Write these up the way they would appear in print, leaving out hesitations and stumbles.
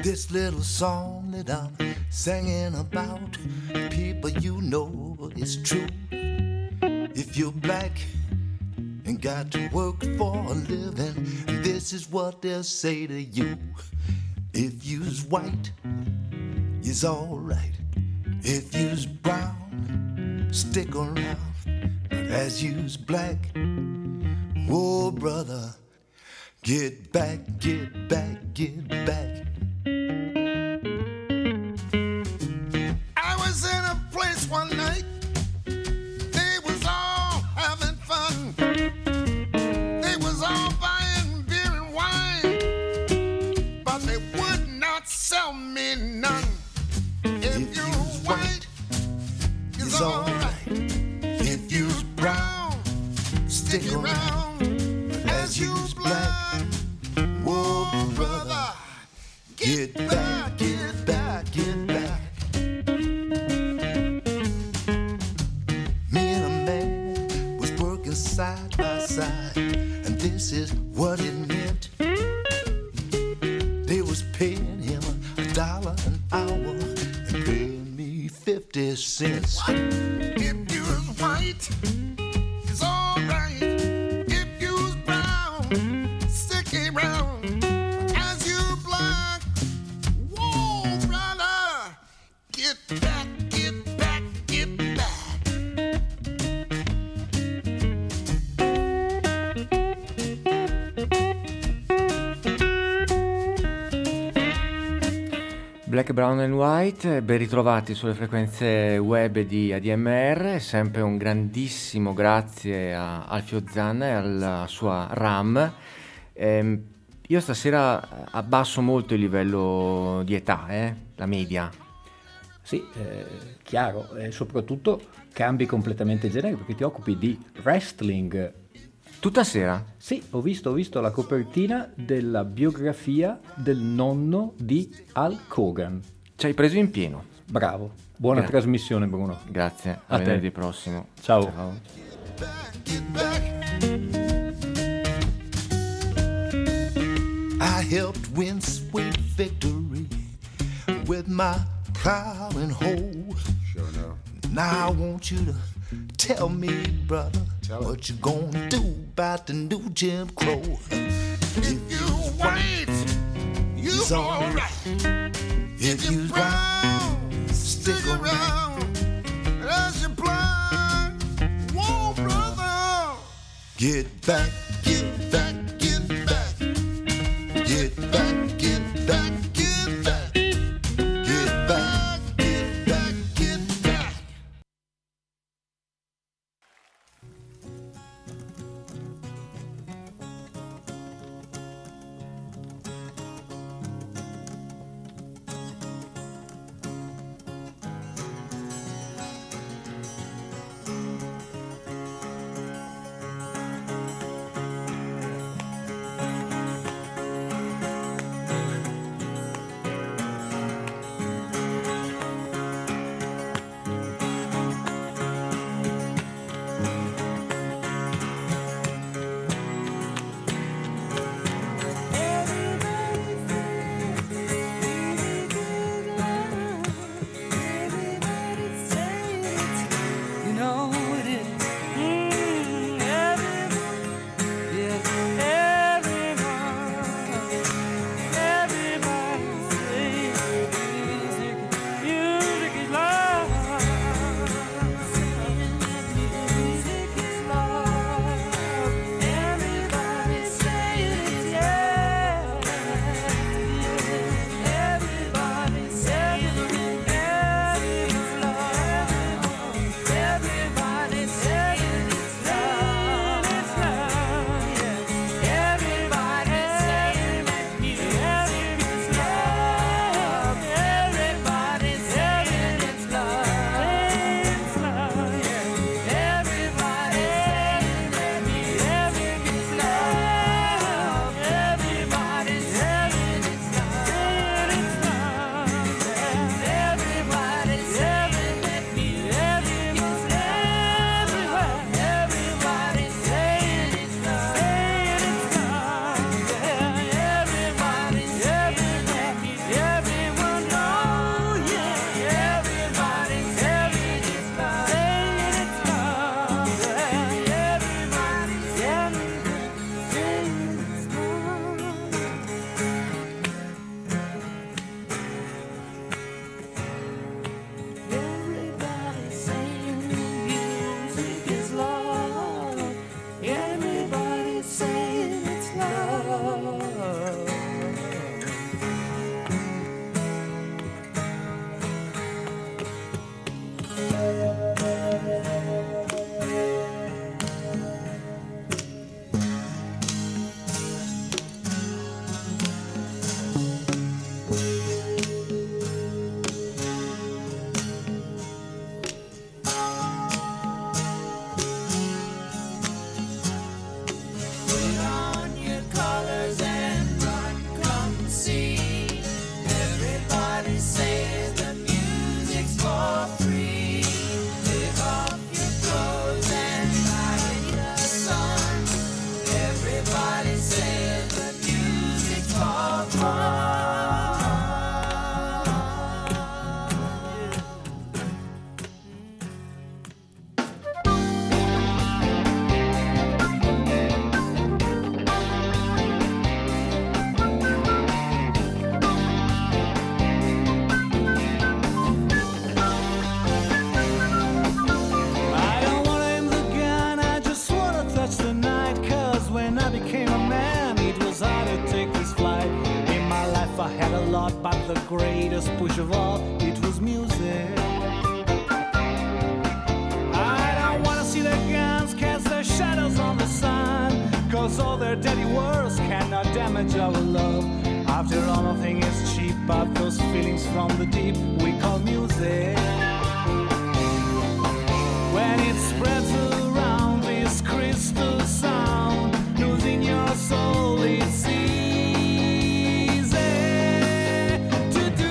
This little song that I'm singing about, people, you know it's true. If you're black and got to work for a living, this is what they'll say to you. If you's white, it's alright. If you's brown, stick around. But as you's black, oh brother, get back, get back, get back. I was in a place one night, they was all having fun. They was all buying beer and wine, but they would not sell me none. If you're white, it's alright. If you're brown, stick around. But as you's black, whoa brother, get back, get back, get back. Me and a man was working side by side, and this is what it meant. They was paying him $1 an hour and paying me 50 cents. If you was white, it's alright. If you was brown, stick around. As you black, whoa brother, get back, get back, get back. Black, Brown and White, ben ritrovati sulle frequenze web di ADMR, sempre un grandissimo grazie a Alfio Zanna e alla sua RAM. Io stasera abbasso molto il livello di età, la media. Sì, chiaro, e soprattutto cambi completamente genere perché ti occupi di wrestling. Tutta sera? Sì, ho visto la copertina della biografia del nonno di Hulk Hogan. Ci hai preso in pieno. Bravo, buona trasmissione Bruno. Grazie, a venerdì prossimo. Ciao. Ciao. I helped win sweet victory with my plow and hoe. Sure enough. Now I want you to tell me, brother, what you gonna do about the new Jim Crow. If you white, you alright. If you brown, stick around. As you blind, whoa, brother, get back, get back, get back, get back, get back, get back, get back, get back, get back. I became a man, it was hard to take this flight. In my life I had a lot, but the greatest push of all, it was music. I don't wanna see the guns cast their shadows on the sun, cause all their dirty words cannot damage our love. After all, nothing is cheap but those feelings from the deep we call music. When it spreads around this crystal sound, losing your soul, it's easy to do.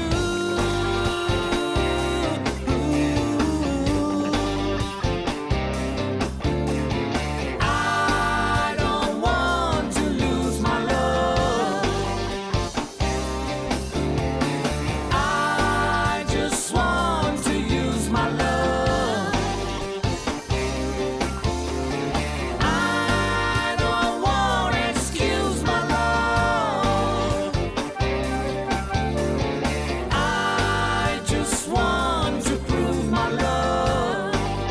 I don't want to lose my love. I just want to use my love. I don't want to excuse my love. I just want to prove my love.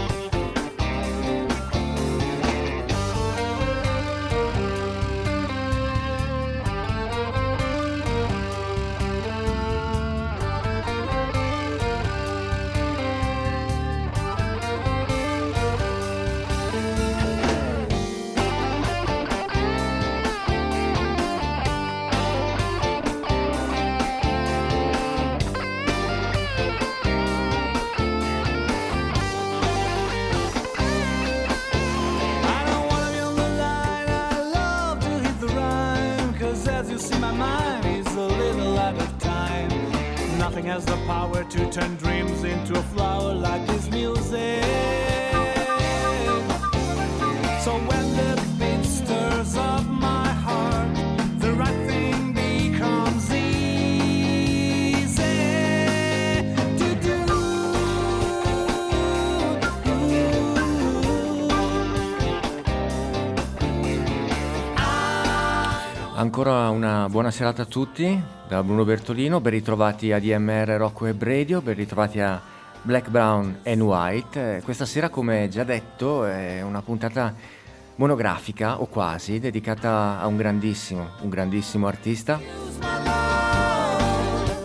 I don't wanna be on the line, I love to hit the rhyme, cause as you see my mind is a little out of time. Nothing has the power to turn dreams into a flower like this music. So when the beat stirs up my heart, the right thing becomes easy to do. Ancora una buona serata a tutti da Bruno Bertolino, ben ritrovati a DMR Rock Web Radio, ben ritrovati a Black, Brown and White. Questa sera, come già detto, è una puntata monografica o quasi dedicata a un grandissimo artista. Use my love.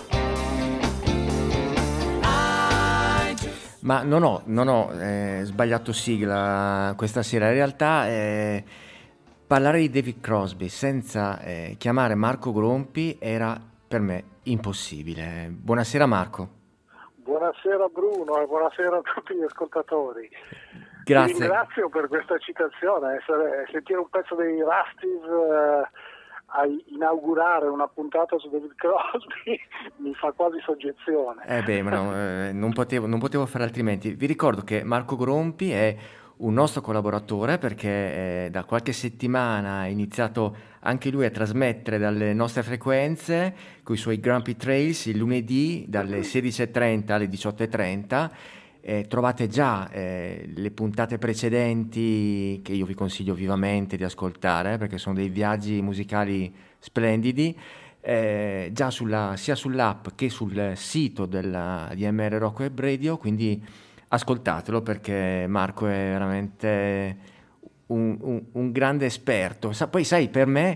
I just Ma non ho sbagliato sigla questa sera, in realtà parlare di David Crosby senza chiamare Marco Grompi era per me impossibile. Buonasera Marco. Buonasera Bruno e buonasera a tutti gli ascoltatori. Ti Grazie. ringrazio per questa citazione. Sentire un pezzo dei Rusties a inaugurare una puntata su David Crosby mi fa quasi soggezione. Ma no, non potevo fare altrimenti. Vi ricordo che Marco Grompi è un nostro collaboratore perché da qualche settimana ha iniziato anche lui a trasmettere dalle nostre frequenze con i suoi Grumpy Trails il lunedì dalle 16:30 alle 18:30. Trovate già le puntate precedenti che io vi consiglio vivamente di ascoltare perché sono dei viaggi musicali splendidi. Già sia sull'app che sul sito della DMR Rock Web Radio, quindi ascoltatelo perché Marco è veramente un grande esperto. Poi sai, per me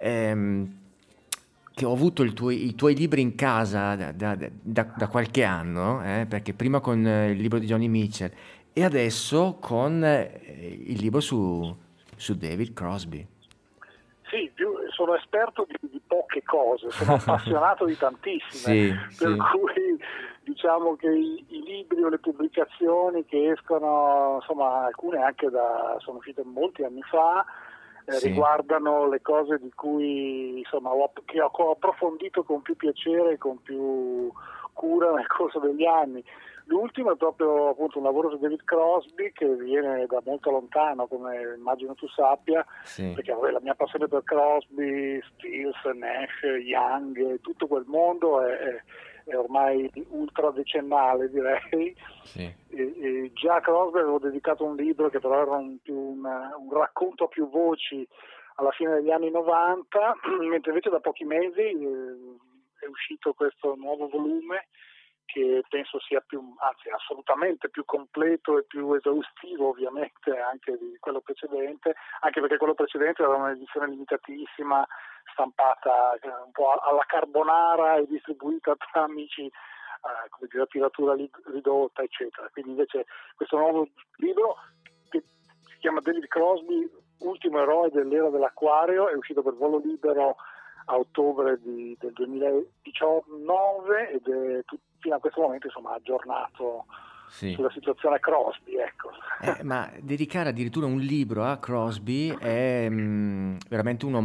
che ho avuto i tuoi libri in casa da qualche anno, perché prima con il libro di Johnny Mitchell e adesso con il libro su David Crosby. Sì, sono esperto di poche cose, sono appassionato di tantissime, per cui diciamo che i libri o le pubblicazioni che escono, insomma alcune anche sono uscite molti anni fa, riguardano le cose di cui insomma che ho approfondito con più piacere e con più cura nel corso degli anni. L'ultimo è proprio appunto un lavoro su David Crosby che viene da molto lontano, come immagino tu sappia, perché la mia passione per Crosby, Stills, Nash, Young, tutto quel mondo è ormai ultra decennale, direi. E già a Crosby avevo dedicato un libro che però era un racconto a più voci alla fine degli anni 90, mentre invece da pochi mesi è uscito questo nuovo volume che penso sia anzi assolutamente più completo e più esaustivo ovviamente anche di quello precedente, anche perché quello precedente era un'edizione limitatissima, stampata un po' alla carbonara e distribuita tra amici, come dire, a tiratura ridotta, eccetera. Quindi invece questo nuovo libro, che si chiama David Crosby, ultimo eroe dell'era dell'acquario, è uscito per Volo Libero a ottobre del 2019 ed è fino a questo momento insomma aggiornato sulla situazione Crosby, ecco. Ma dedicare addirittura un libro a Crosby è veramente un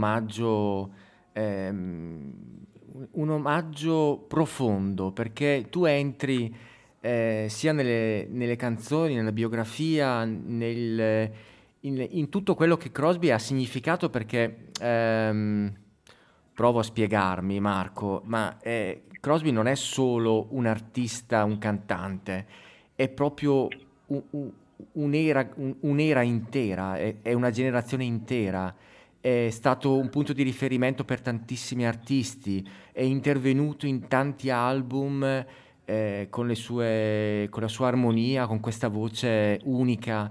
omaggio profondo, perché tu entri sia nelle canzoni, nella biografia, in tutto quello che Crosby ha significato, perché provo a spiegarmi, Marco, ma Crosby non è solo un artista, un cantante, è proprio un'era intera, è una generazione intera, è stato un punto di riferimento per tantissimi artisti, è intervenuto in tanti album con la sua armonia, con questa voce unica.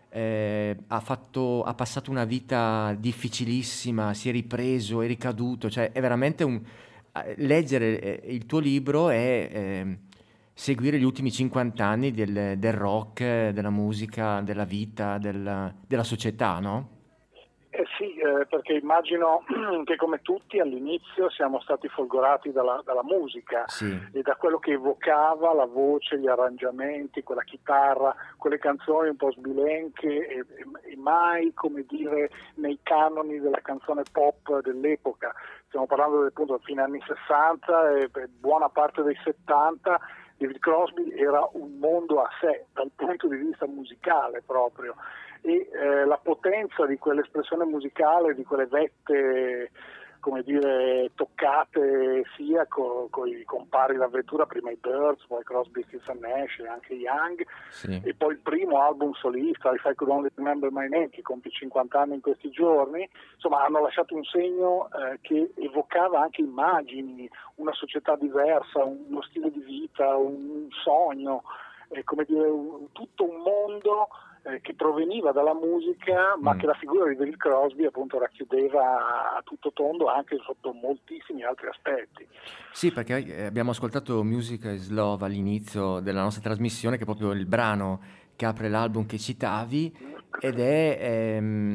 Ha passato una vita difficilissima, si è ripreso, è ricaduto, cioè è veramente leggere il tuo libro è seguire gli ultimi 50 anni del rock, della musica, della vita, della società, no? Sì, perché immagino che come tutti all'inizio siamo stati folgorati dalla musica, sì, e da quello che evocava la voce, gli arrangiamenti, quella chitarra, quelle canzoni un po' sbilenche e mai, come dire, nei canoni della canzone pop dell'epoca. Stiamo parlando appunto del fine anni 60 e per buona parte dei 70. David Crosby era un mondo a sé dal punto di vista musicale proprio, e la potenza di quell'espressione musicale, di quelle vette, come dire, toccate sia con i compari d'avventura, prima i Byrds, poi Crosby, Stills and Nash e anche Young, sì. e poi il primo album solista, If I Could Only Remember My Name, che compie 50 anni in questi giorni. Insomma, hanno lasciato un segno che evocava anche immagini, una società diversa, uno stile di vita, un sogno, come dire, tutto un mondo che proveniva dalla musica, ma che la figura di David Crosby appunto racchiudeva a tutto tondo anche sotto moltissimi altri aspetti. Sì, perché abbiamo ascoltato Music is Love all'inizio della nostra trasmissione, che è proprio il brano che apre l'album che citavi, ed è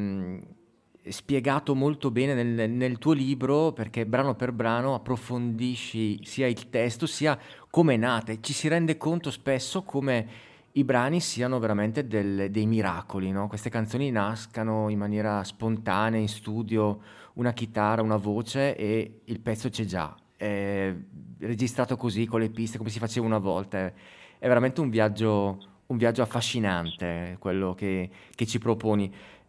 spiegato molto bene nel tuo libro, perché brano per brano approfondisci sia il testo sia come è nata, e ci si rende conto spesso come i brani siano veramente dei miracoli, no? Queste canzoni nascano in maniera spontanea, in studio, una chitarra, una voce e il pezzo c'è già, è registrato così con le piste come si faceva una volta. È veramente un viaggio affascinante quello che ci proponi.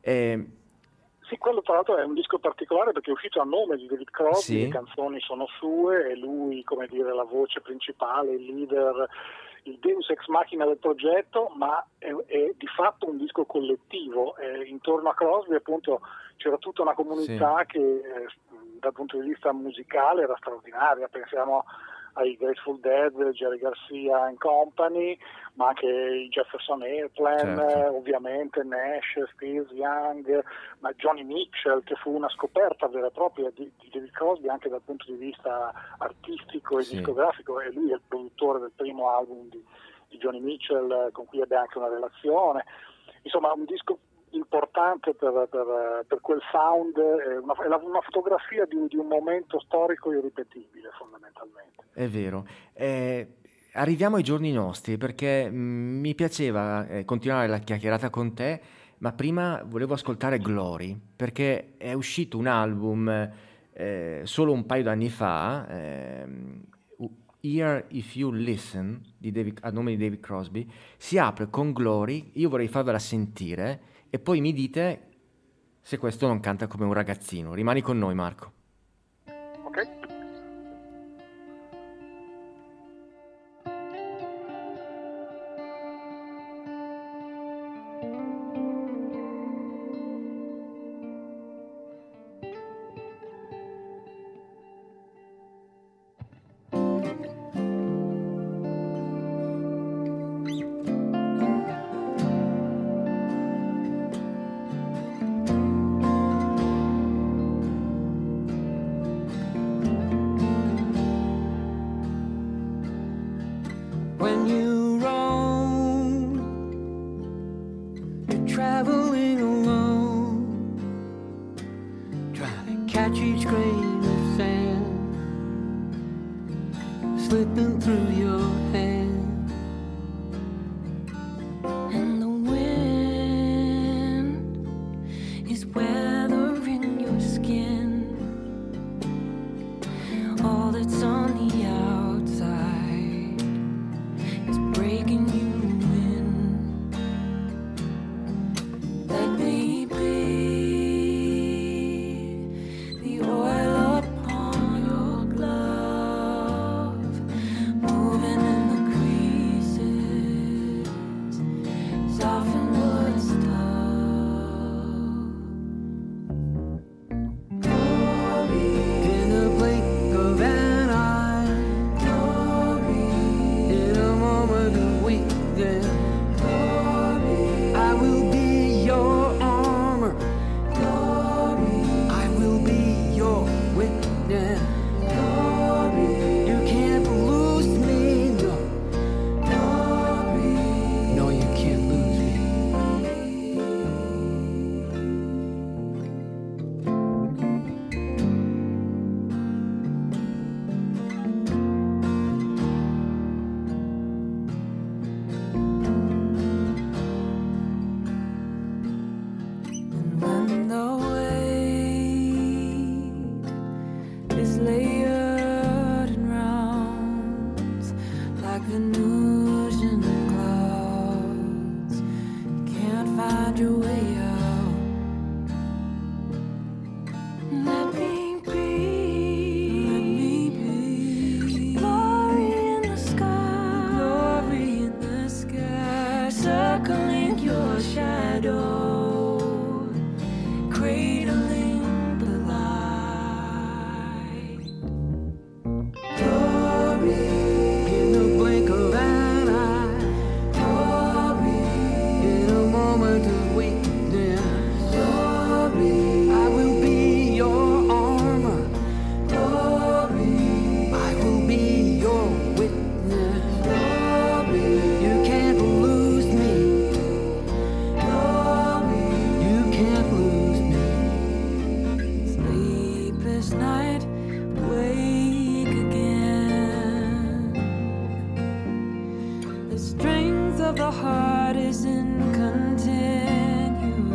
Sì, quello tra l'altro è un disco particolare perché è uscito a nome di David Crosby, sì. Le canzoni sono sue, e lui, come dire, la voce principale, il leader, il deus ex machina del progetto, ma è di fatto un disco collettivo. Intorno a Crosby appunto c'era tutta una comunità che dal punto di vista musicale era straordinaria. Pensiamo ai Grateful Dead, Jerry Garcia and Company, ma anche i Jefferson Airplane, certo. ovviamente Nash, Stills, Young, ma Johnny Mitchell, che fu una scoperta vera e propria di David Crosby anche dal punto di vista artistico e discografico, e lui è il produttore del primo album di Johnny Mitchell, con cui ebbe anche una relazione. Insomma, un disco importante per quel sound, è una fotografia di un momento storico irripetibile fondamentalmente. È vero. Arriviamo ai giorni nostri, perché mi piaceva continuare la chiacchierata con te, ma prima volevo ascoltare Glory, perché è uscito un album solo un paio d'anni fa, Here If You Listen, a nome di David Crosby, si apre con Glory. Io vorrei farvela sentire e poi mi dite se questo non canta come un ragazzino. Rimani con noi, Marco. Ok. catch each grain of sand slipping through your hand, and the wind is weathering your skin. All that's on the outside is breaking you in. Let me be the oil upon your glove, moving in the creases, soften what's tough. In a blink of an eye, in a moment of weakness, I will be your armor, I will be your witness. You can't lose me, no, no, you can't lose me. And when the weight is layered in rounds like the news in the clouds, you can't find your way out. Let me be, glory in the sky, circling your shadow, cradling the light. In the blink of an eye, in a moment of weakness, I will be your armor, I will be your witness. You can't lose me, you can't lose me. Sleepless night, wake again. The strength of the heart is in continuing.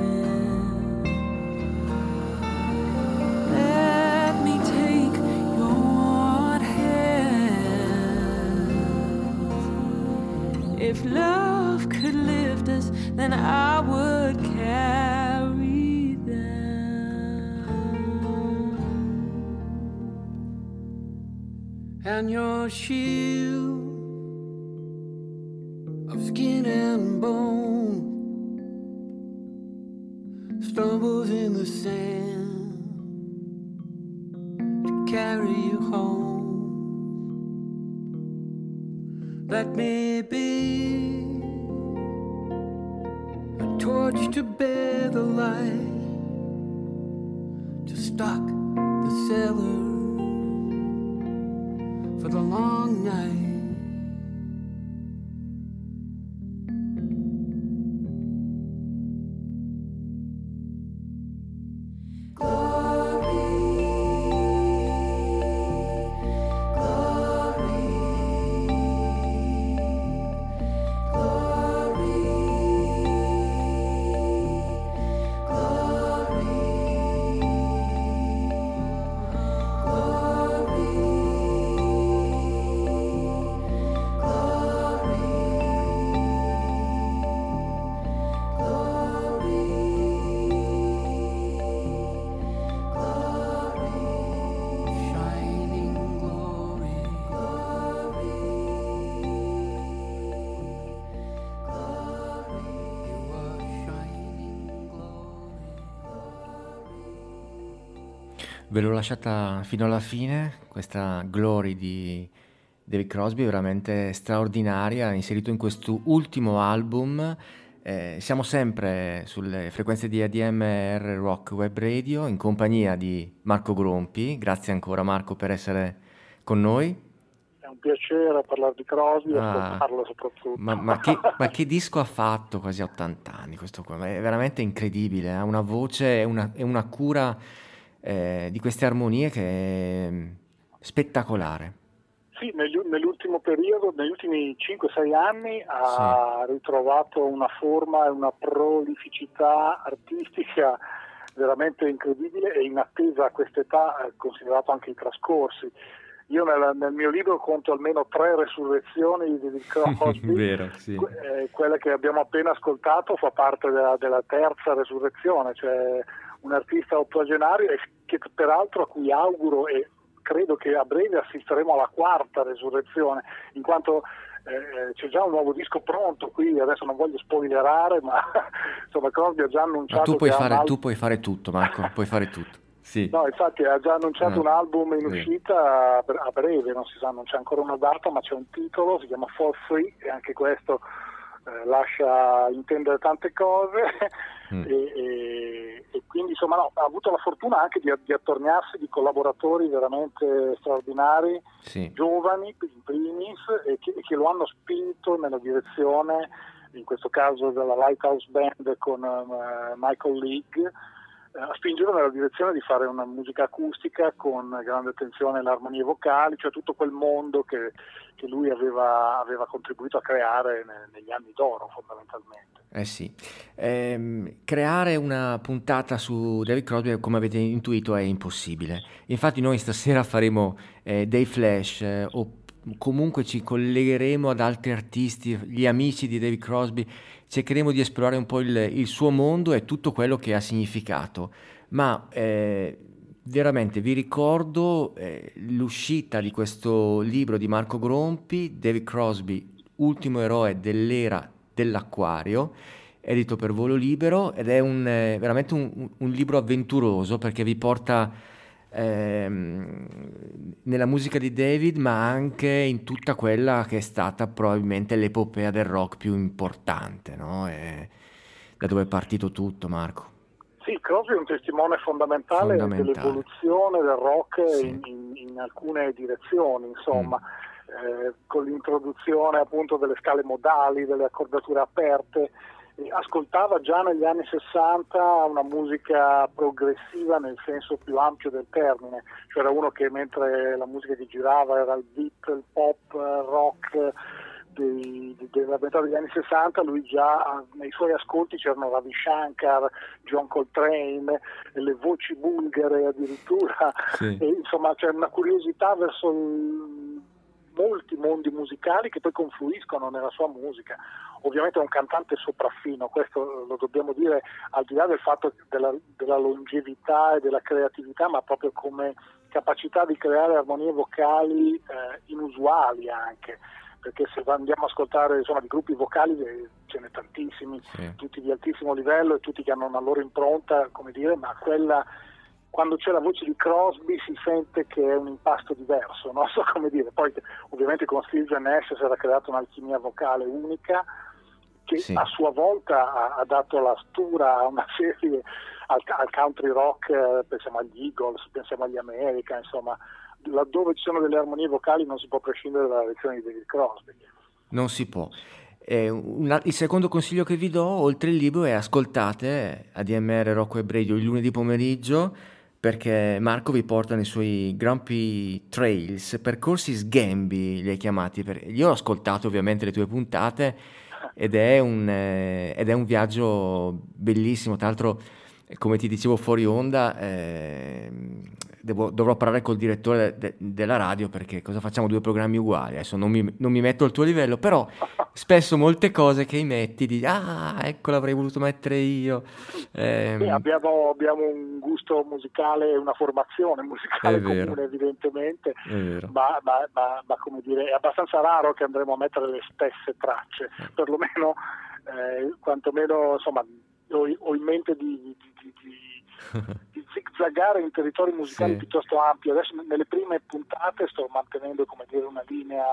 Let me take your one hand. If love could lift us, then I would carry them. And your shield of skin and bone stumbles in the sand to carry you home. Let me be a torch to bear the light, to stock the cellar for the long night. Ve l'ho lasciata fino alla fine, questa Glory di David Crosby, veramente straordinaria, inserito in questo ultimo album. Siamo sempre sulle frequenze di ADMR Rock Web Radio in compagnia di Marco Grompi. Grazie ancora Marco per essere con noi. È un piacere parlare di Crosby e ascoltarlo soprattutto. Ma che disco ha fatto quasi a 80 anni questo qua? È veramente incredibile, ha una voce e una cura di queste armonie che è spettacolare. Sì, nell'ultimo periodo, negli ultimi 5-6 anni ha ritrovato una forma e una prolificità artistica veramente incredibile e inattesa a quest'età, considerato anche i trascorsi. Io nel mio libro conto almeno 3 resurrezioni di David Crosby. Vero, sì. Quella che abbiamo appena ascoltato fa parte della terza resurrezione, cioè un artista ottogenario che peraltro a cui auguro e credo che a breve assisteremo alla 4ª resurrezione, in quanto c'è già un nuovo disco pronto qui, adesso non voglio spoilerare, ma insomma Crosby ha già annunciato tu puoi fare tutto, Marco, puoi fare tutto. Sì. No, infatti ha già annunciato un album in uscita a breve, non c'è ancora una data, ma c'è un titolo, si chiama For Free, e anche questo lascia intendere tante cose. E quindi insomma ha avuto la fortuna anche di attorniarsi di collaboratori veramente straordinari, giovani in primis, e che lo hanno spinto nella direzione, in questo caso della Lighthouse Band con Michael League, a spingerlo nella direzione di fare una musica acustica con grande attenzione alle armonie vocali, cioè tutto quel mondo che lui aveva contribuito a creare negli anni d'oro fondamentalmente. Sì. Creare una puntata su David Crosby, come avete intuito, è impossibile. Infatti noi stasera faremo dei flash o comunque ci collegheremo ad altri artisti, gli amici di David Crosby, cercheremo di esplorare un po' il suo mondo e tutto quello che ha significato, ma veramente vi ricordo l'uscita di questo libro di Marco Grompi, David Crosby, ultimo eroe dell'era dell'acquario, edito per Volo Libero, ed è veramente un libro avventuroso perché vi porta nella musica di David, ma anche in tutta quella che è stata probabilmente l'epopea del rock più importante, no? Da dove è partito tutto, Marco. Sì, Crosby è un testimone fondamentale dell'evoluzione del rock in alcune direzioni, insomma, con l'introduzione appunto delle scale modali, delle accordature aperte. Ascoltava già negli anni 60 una musica progressiva nel senso più ampio del termine, cioè era uno che mentre la musica che girava era il beat, il pop, il rock della metà degli anni 60, lui già nei suoi ascolti c'erano Ravi Shankar, John Coltrane, le voci bulgare addirittura, e, insomma c'è una curiosità verso molti mondi musicali che poi confluiscono nella sua musica. Ovviamente è un cantante sopraffino, questo lo dobbiamo dire, al di là del fatto della longevità e della creatività, ma proprio come capacità di creare armonie vocali inusuali anche, perché se andiamo a ascoltare insomma di gruppi vocali ce ne tantissimi, tutti di altissimo livello e tutti che hanno una loro impronta, come dire, ma quella, quando c'è la voce di Crosby si sente che è un impasto diverso, non so come dire. Poi ovviamente con Stills e Nash si era creata un'alchimia vocale unica che a sua volta ha dato la stura a una serie, al country rock, pensiamo agli Eagles, pensiamo agli America, insomma, laddove ci sono delle armonie vocali non si può prescindere dalla lezione di David Crosby. Non si può. Il secondo consiglio che vi do, oltre il libro, è ascoltate ADMR Rocco e Bredio il lunedì pomeriggio, perché Marco vi porta nei suoi Grumpy Trails, percorsi sgambi li hai chiamati. Io ho ascoltato ovviamente le tue puntate ed è un viaggio bellissimo. Tra l'altro, come ti dicevo fuori onda, dovrò parlare col direttore della radio, perché cosa facciamo, 2 programmi uguali. Adesso non mi metto al tuo livello, però spesso molte cose che metti di ecco, l'avrei voluto mettere io. Sì, abbiamo un gusto musicale, una formazione musicale comune evidentemente, ma come dire, è abbastanza raro che andremo a mettere le stesse tracce, perlomeno quantomeno insomma ho in mente di zigzagare in territori musicali piuttosto ampi. Adesso nelle prime puntate sto mantenendo, come dire, una linea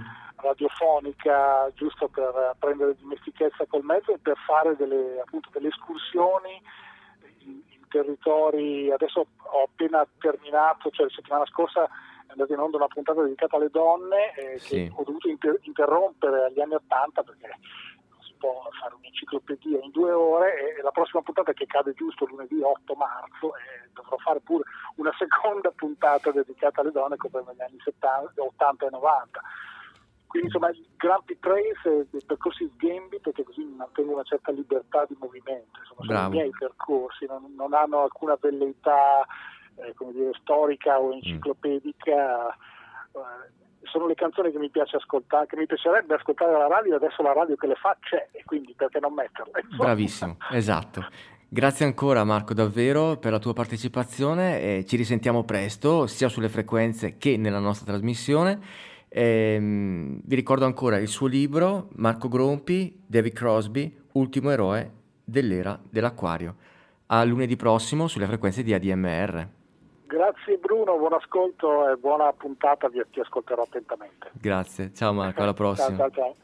radiofonica giusto per prendere dimestichezza col mezzo e per fare delle escursioni in territori. Adesso ho appena terminato, cioè la settimana scorsa è andata in onda una puntata dedicata alle donne che ho dovuto interrompere agli anni '80 perché può fare un'enciclopedia in 2 ore, e la prossima puntata, che cade giusto lunedì 8 marzo, dovrò fare pure una seconda puntata dedicata alle donne come negli anni 80 e 90. Quindi insomma il Grumpy Trace è percorsi sghembi, perché così mantengo una certa libertà di movimento, insomma, sono i miei percorsi, non hanno alcuna velleità storica o enciclopedica. Sono le canzoni che mi piace ascoltare, che mi piacerebbe ascoltare alla radio, adesso la radio che le fa c'è, e quindi perché non metterle? Bravissimo, esatto. Grazie ancora Marco davvero per la tua partecipazione, e ci risentiamo presto sia sulle frequenze che nella nostra trasmissione. Vi ricordo ancora il suo libro, Marco Grompi, David Crosby, ultimo eroe dell'era dell'acquario. A lunedì prossimo sulle frequenze di ADMR. Grazie Bruno, buon ascolto e buona puntata, ti ascolterò attentamente. Grazie, ciao Marco, alla prossima. Ciao.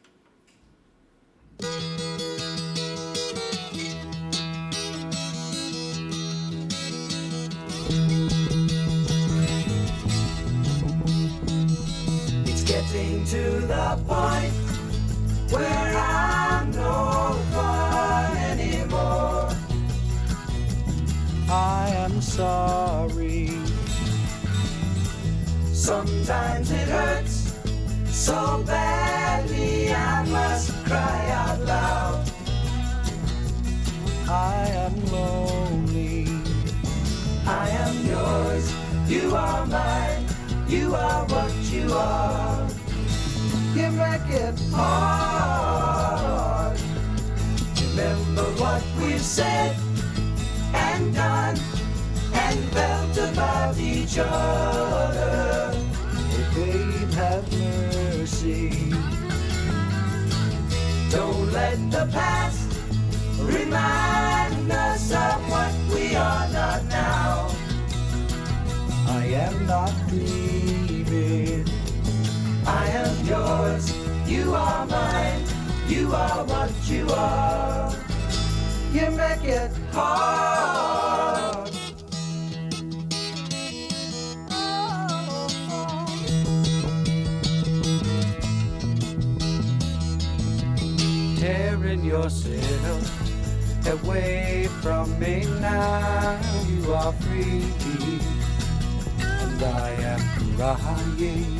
It's getting to the point where I'm no fun anymore. I am sorry. Sometimes it hurts so badly I must cry out loud. I am lonely. I am yours, you are mine, you are what you are. You make it hard. Remember what we've said and done and felt about each other. Oh, babe, have mercy. Don't let the past remind us of what we are not now. I am not grieving. I am yours, you are mine, you are what you are. You make it hard. Tearing yourself away from me now. You are free, and I am crying.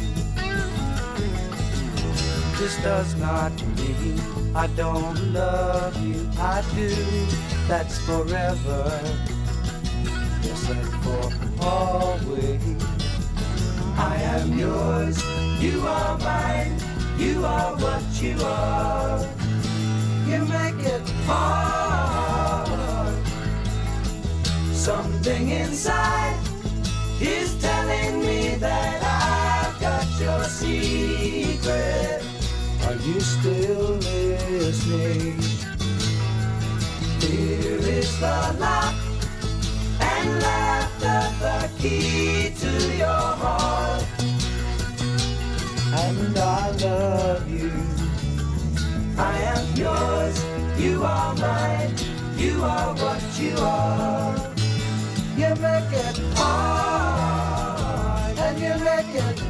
This does not mean I don't love you. I do, that's forever. Yes, and for always. I am yours, you are mine, you are what you are. You make it hard. Something inside is telling me that I've got your secret. Are you still listening? Here is the lock, and laughter the key to your heart. And I love you. I am yours, you are mine, you are what you are. You make it hard, and you make it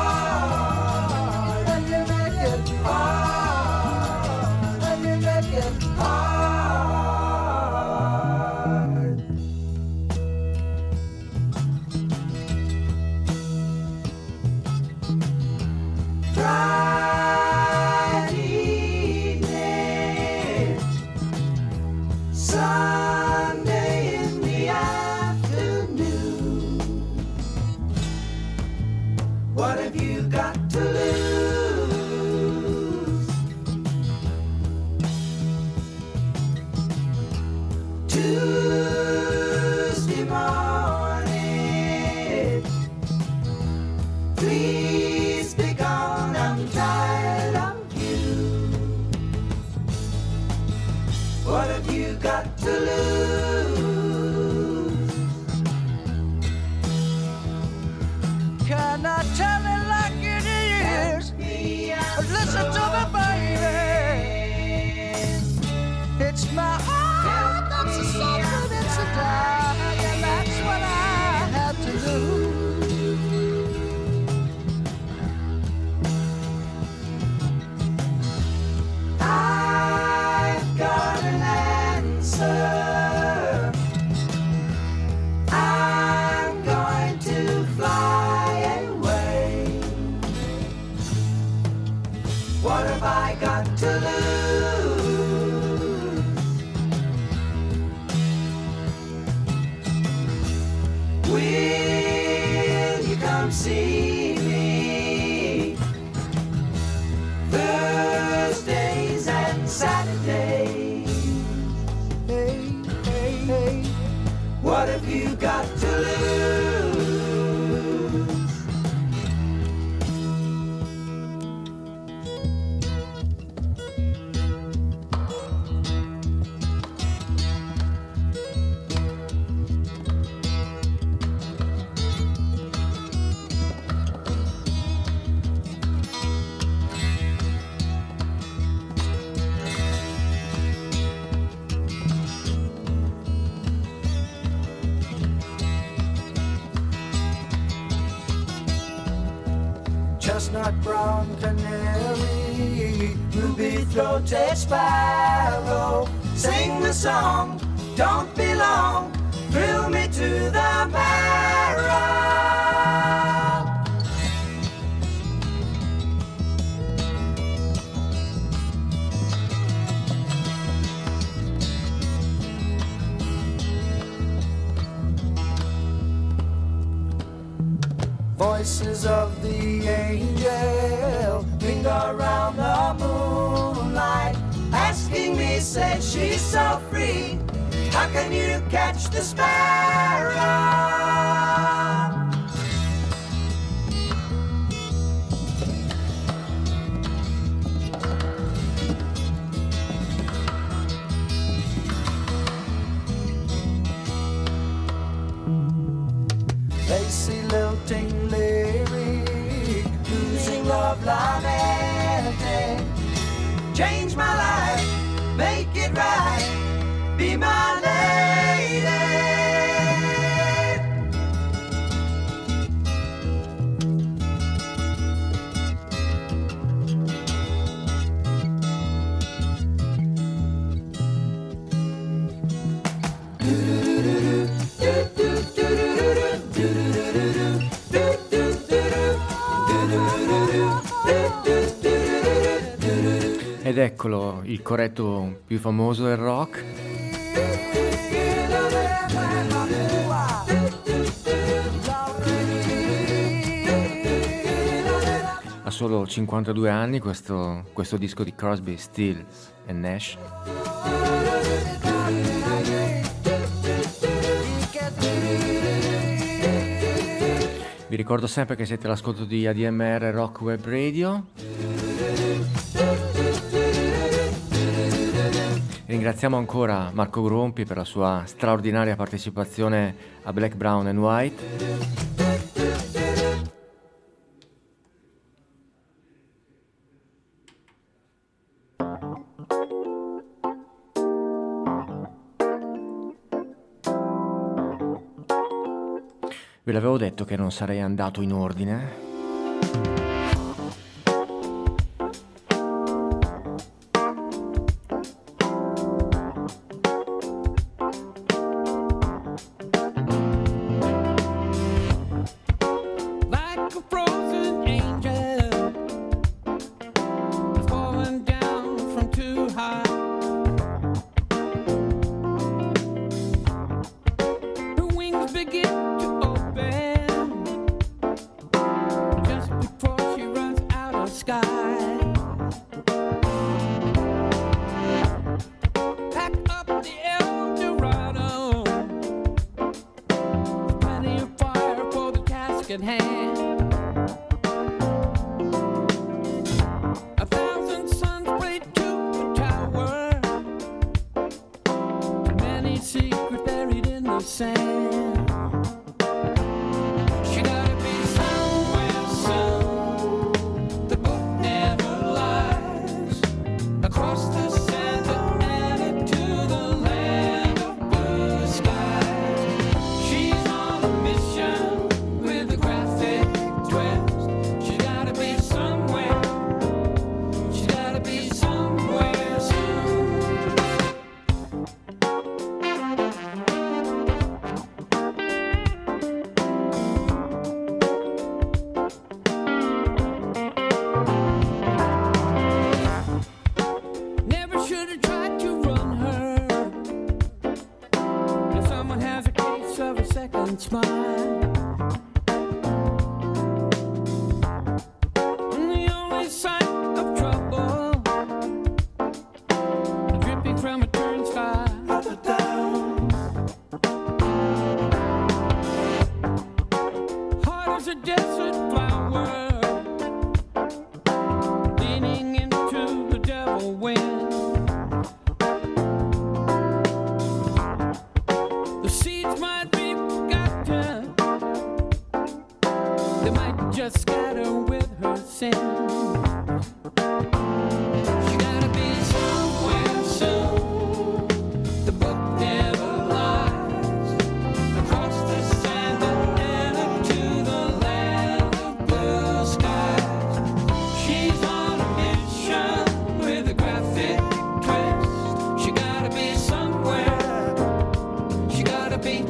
hard, and you make it hard, and you make it hard. Friday evening, Sunday in the afternoon. What have you see me. Thursdays and Saturdays. Hey, hey, hey, what have you got to lose? Chestnut brown canary, ruby-throated sparrow, sing the song, don't be long, thrill me to the marrow. Voices of the angel linger around the moonlight, asking me, say she's so free, how can you catch the sparrow? Lacy lilting lyric, losing love lamenting. Change my life, make it right, be my lady. Ed eccolo, il corretto più famoso del rock. Ha solo 52 anni questo disco di Crosby, Stills e Nash. Vi ricordo sempre che siete all'ascolto di ADMR Rock Web Radio. Ringraziamo ancora Marco Grompi per la sua straordinaria partecipazione a Black, Brown and White. Ve l'avevo detto che non sarei andato in ordine. just scatter with her sin. She gotta be somewhere soon. The book never lies. Across the sand and up to the land of blue skies. She's on a mission with a graphic twist. She gotta be somewhere. She gotta be.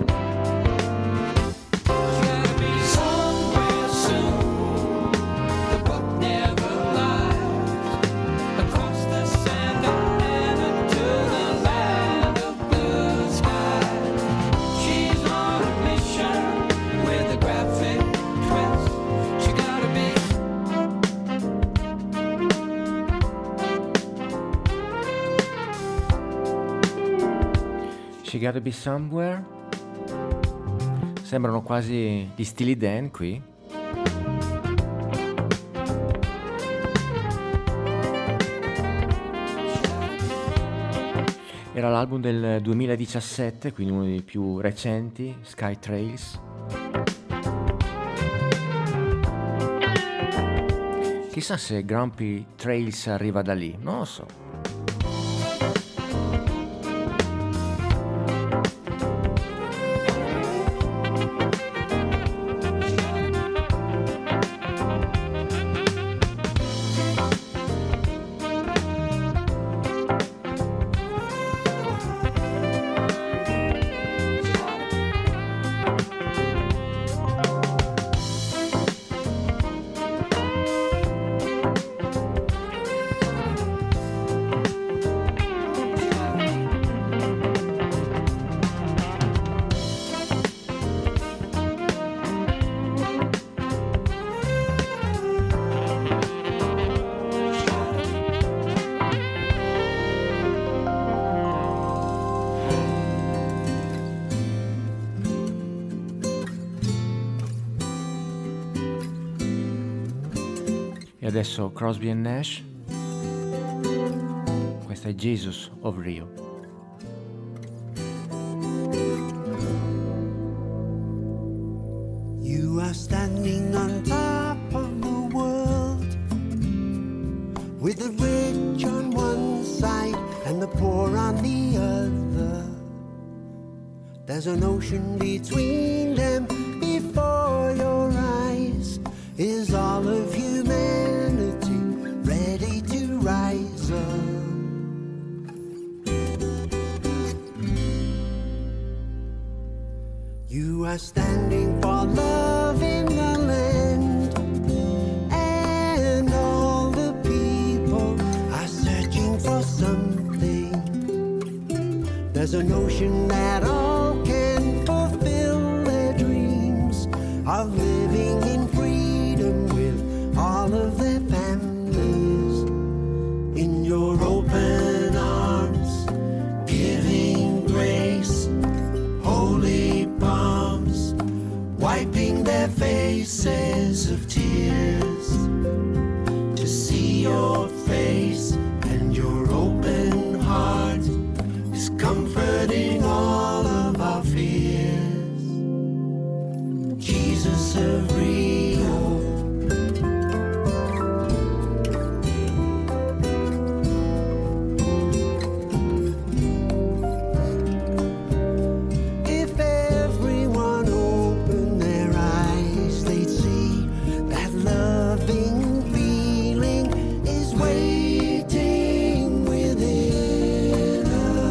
She Gotta Be Somewhere. Sembrano quasi gli Steely Dan qui. Era l'album del 2017, quindi uno dei più recenti, Sky Trails. Chissà se Grumpy Trails arriva da lì, non lo so. E adesso Crosby and Nash, questa è Jesus of Rio. You are standing on top of the world, with the rich on one side and the poor on the other. There's an ocean between them. Before your eyes is all of humanity ready to rise up. You are standing for love in the land, and all the people are searching for something. There's an ocean that all can fulfill their dreams of living in freedom with all of their families. In your open arms, giving grace, holy palms, wiping their faces of tears, to see your face and your open heart is comforting all of our fears. Jesus of Rio, if everyone opened their eyes, they'd see that loving feeling is waiting within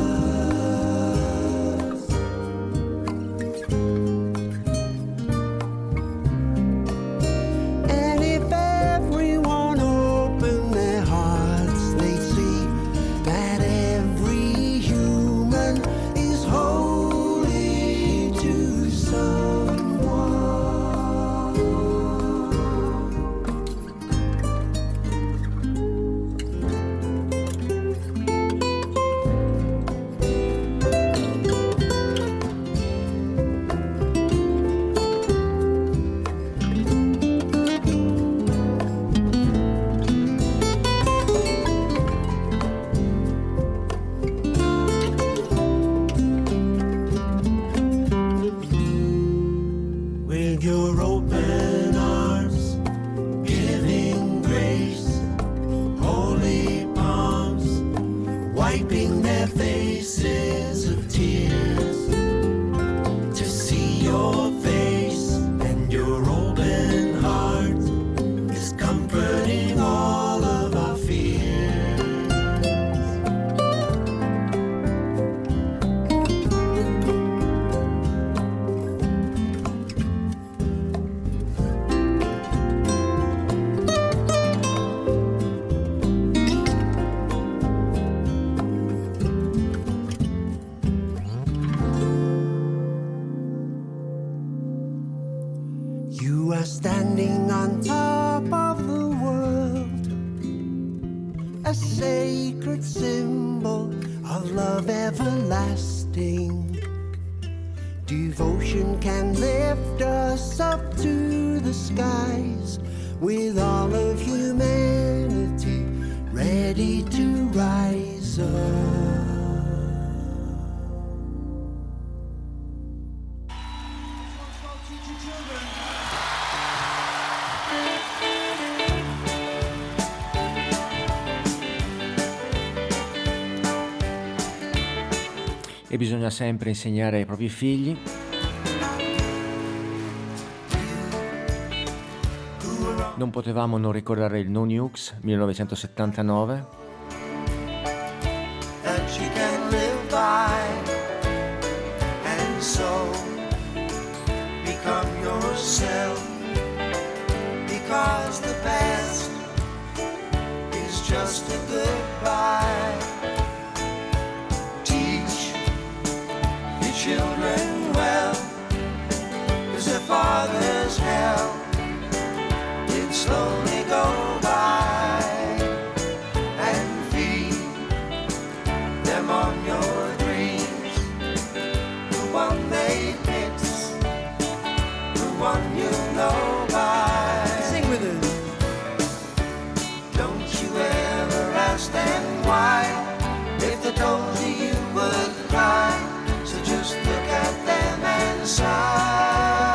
us. And if everyone opened their hearts, they'd see that every human is holy to someone. With your open arms, You are standing on top of the world, a sacred symbol of love everlasting. Devotion can lift us up to the skies, with all of humanity ready to rise up. E bisogna sempre insegnare ai propri figli. Non potevamo non ricordare il No Nukes 1979. That you can live by, and so become yourself, because the past is just a goodbye. Teach your children well, 'cause their father's hell did slowly go by, and feed them on your dreams. The one they fix, the one you know by. Sing with us. Don't you ever ask them why, if they told you you would cry. So just look at them and sigh.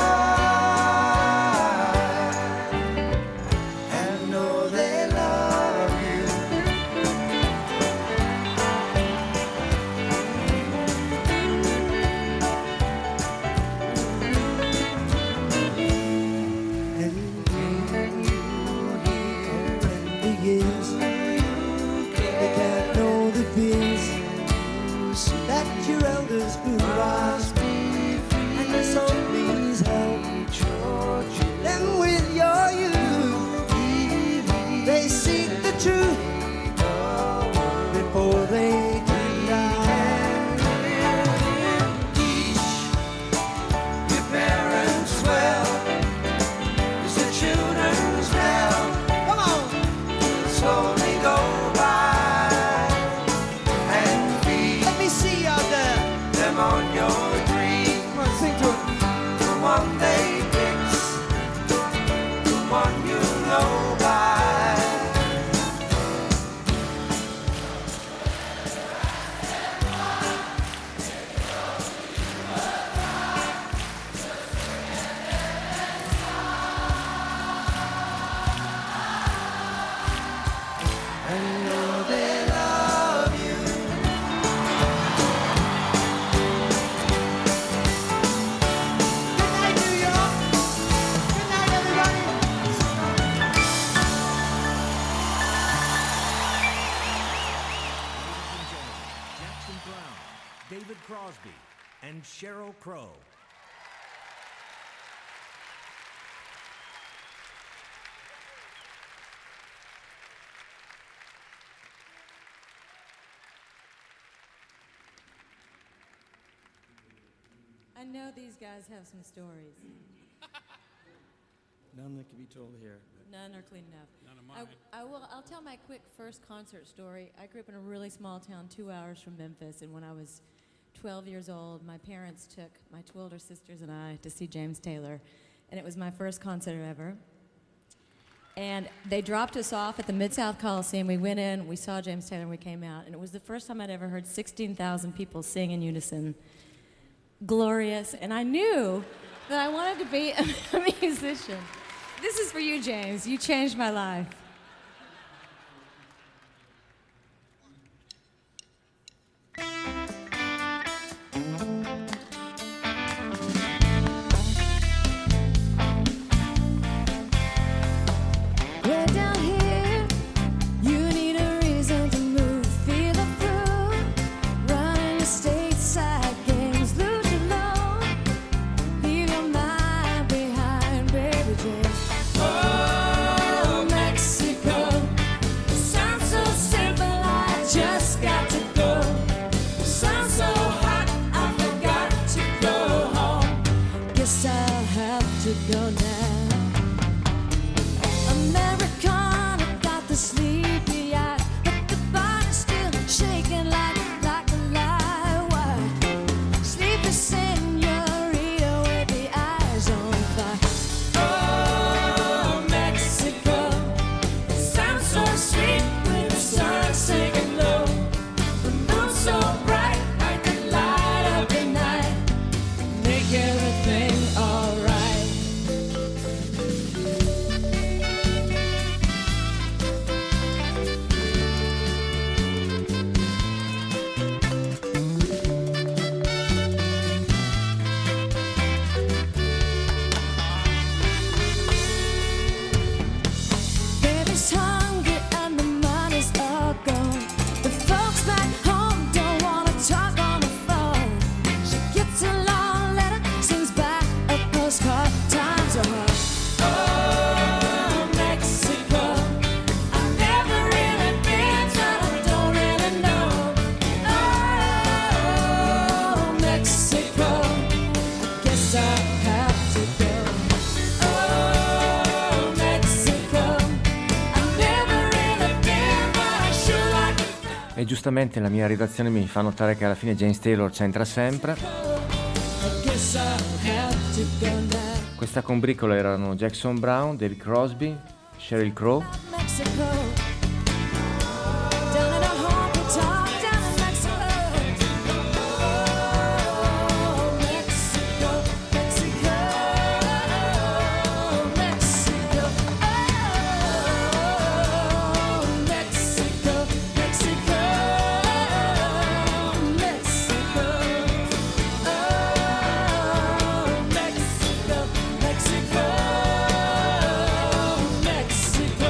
David Crosby and Sheryl Crow. I know these guys have some stories. None that can be told here. None are clean enough. None of mine. I'll tell my quick first concert story. I grew up in a really small town 2 hours from Memphis, and when I was 12 years old, my parents took my two older sisters and I to see James Taylor, and it was my first concert ever. And they dropped us off at the Mid-South Coliseum. We went in, we saw James Taylor, and we came out, and it was the first time I'd ever heard 16,000 people sing in unison. Glorious, and I knew that I wanted to be a musician. This is for you, James. You changed my life. Mexico. have to go now. Americana got the sleepy eye, but the body's still shaking like a live wire. Sleepy senorita with the eyes on fire. Oh, Mexico, sounds so sweet with the sun sinking low. The moon so bright, I could light up the night, make everything alright. Baby's hungry and the money's all gone. The folks back home don't wanna talk on the phone. She gets a long letter, sings back a postcard. Times are hard. Oh, Mexico, I've never really been, but I don't really know. Oh, Mexico, I guess I'll have to go. Oh, Mexico, I've never really been, but I sure like it. E giustamente la mia redazione mi fa notare che alla fine James Taylor c'entra sempre. I guess I'll have to go now. Questa combricola erano Jackson Browne, David Crosby, Sheryl Crow. Mexico, down in a honky tonk, down in Mexico. Oh, Mexico, Mexico, Mexico. Oh, Mexico, Mexico, Mexico. Oh, Mexico, Mexico, Mexico.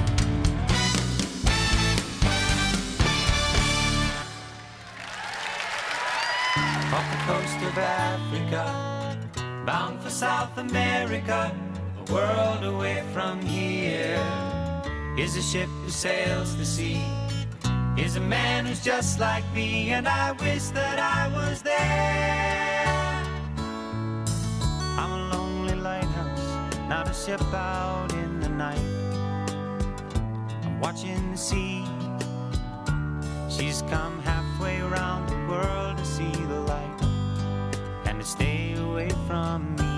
Off the coast of Africa, bound for South America, a world away from here. Is a ship who sails the sea, is a man who's just like me, and I wish that I was there. I'm a lonely lighthouse, not a ship out in the night. I'm watching the sea. She's come halfway around the world to see the light and to stay away from me.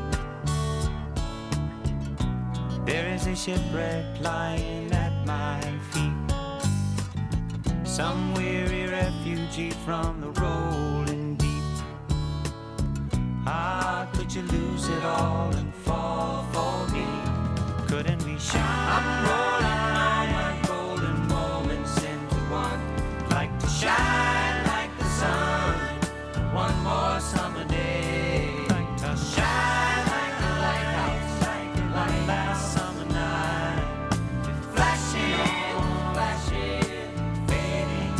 There is a shipwreck lying at my feet, some weary refugee from the rolling deep. Ah, could you lose it all and fall for me? Couldn't we shine? I'm rolling all my golden moments into one. Like to shine like the sun, one more summer day. Like to shine like a lighthouse, like last summer night. Flashing, flashing, fading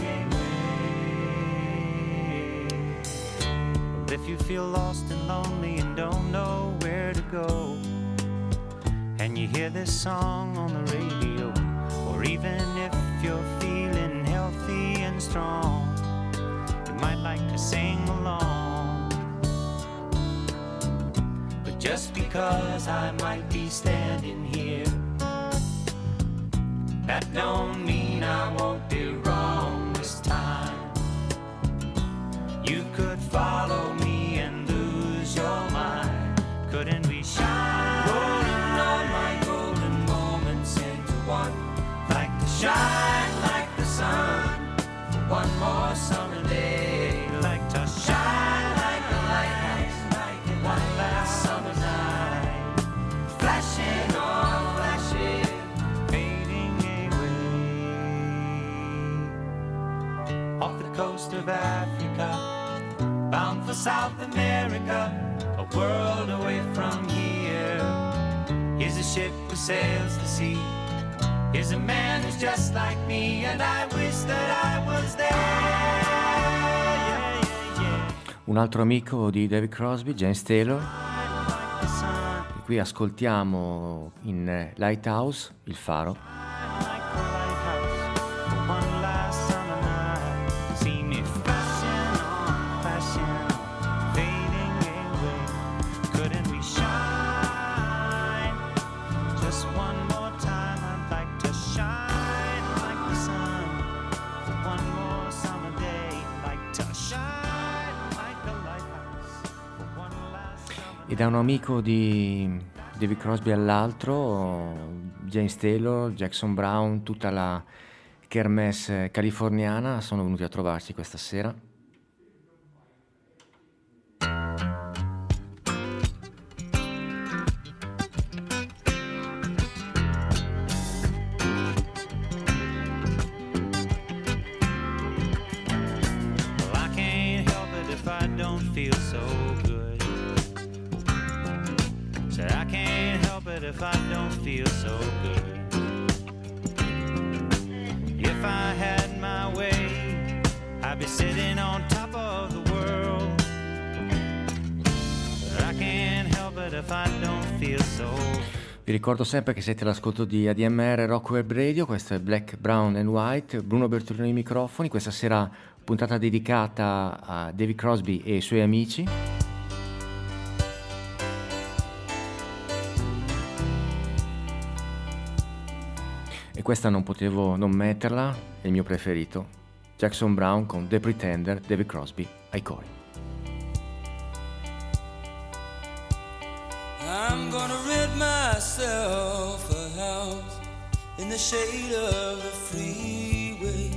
away. But if you feel lost and lonely and don't know where to go, and you hear this song on the radio, or even if you're feeling healthy and strong, you might like to sing along. But just because I might be standing here, that don't mean I won't be wrong this time. You could follow me and lose your mind. Couldn't we shine? Rolling all my golden moments into one. Like to shine like the sun for one more summer day. Like to shine like a lighthouse, like one last summer night. Flashing on, flashing, fading away. Off the coast of Africa, bound for South America, a world away from here. Here's a ship who sails the sea. Here's a man who's just like me, and I wish that I was there. Yeah, yeah, yeah. Un altro amico di David Crosby, James Taylor, e qui ascoltiamo in Lighthouse, il faro. Couldn't we shine? E da un amico di David Crosby all'altro, James Taylor, Jackson Brown, tutta la kermesse californiana sono venuti a trovarci questa sera. Feel so good. Said I can't help it if I don't feel so good. If I had my way, I'd be sitting on top of the world. But I can't help it if I don't feel so good. Vi ricordo sempre che siete all'ascolto di ADMR Rock Web Radio, questo è Black, Brown and White, Bruno Bertolino ai microfoni, questa sera puntata dedicata a David Crosby e ai suoi amici. E questa non potevo non metterla, è il mio preferito, Jackson Brown con The Pretender, David Crosby ai cori. I'm gonna rid myself a house in the shade of the freeway.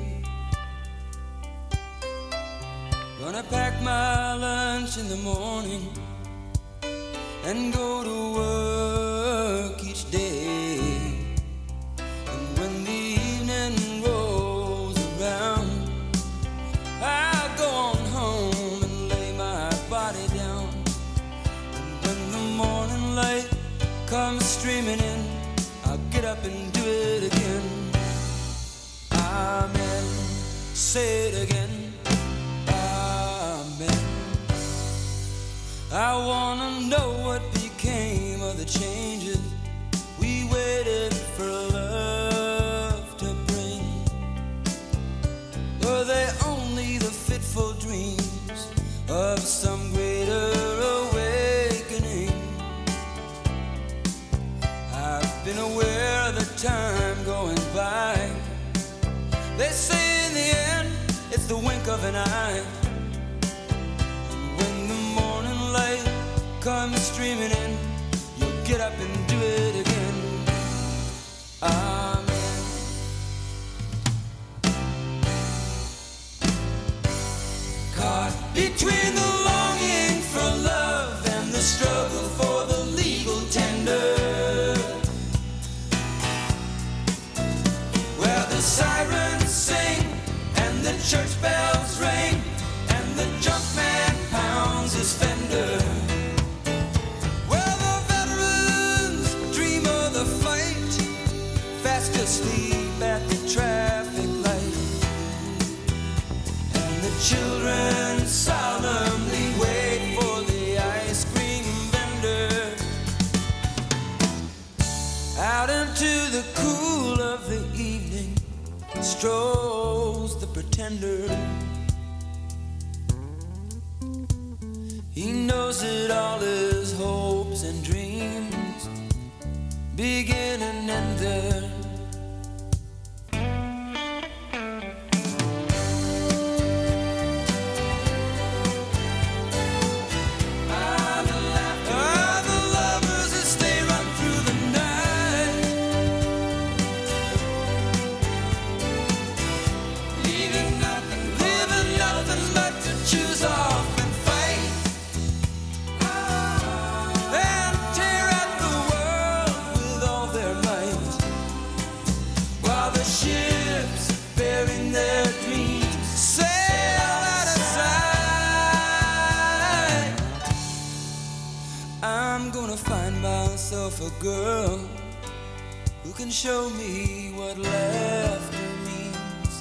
Gonna pack my lunch in the morning and go to work each day. And when the evening rolls around, I'll go on home and lay my body down. And when the morning light comes streaming in, I'll get up and do it again. Amen. Say it again. I wanna know what became of the changes we waited for love to bring. Were they only the fitful dreams of some greater awakening? I've been aware of the time going by. They say in the end it's the wink of an eye. Come streaming in, you'll get up and do it again. Amen. Caught between the longing for love and the struggle for the legal tender, where the sirens sing and the church bells ring and the junk man pounds his fender. Asleep at the traffic light, and the children solemnly wait for the ice cream vendor. Out into the cool of the evening strolls the pretender. He knows that all his hopes and dreams begin and end there. A girl who can show me what laughter means,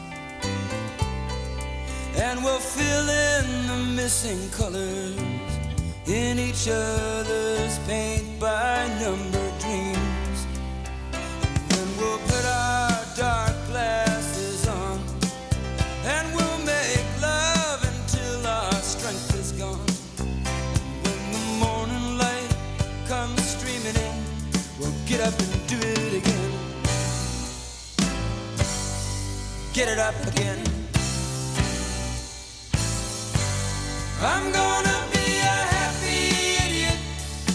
and we'll fill in the missing colors in each other's paint by number dreams. And then we'll put our dark glasses on and we'll make love until our strength is gone. And when the morning light comes streaming in, we'll get up and do it again. Get it up again. I'm gonna be a happy idiot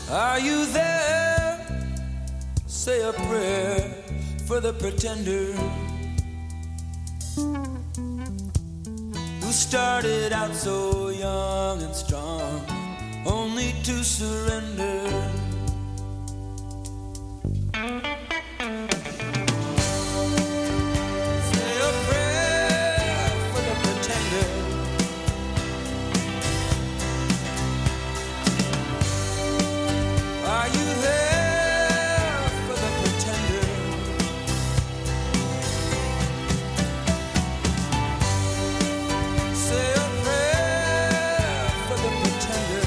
Are you there? Say a prayer for the pretender who started out so young and strong, only to surrender. Say a prayer for the pretender. Are you there for the pretender? Say a prayer for the pretender.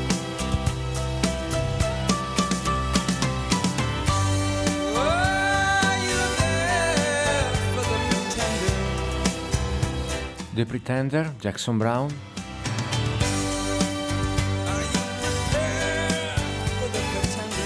Are you there for the pretender? The Pretender, Jackson Browne. Are you there for the pretender?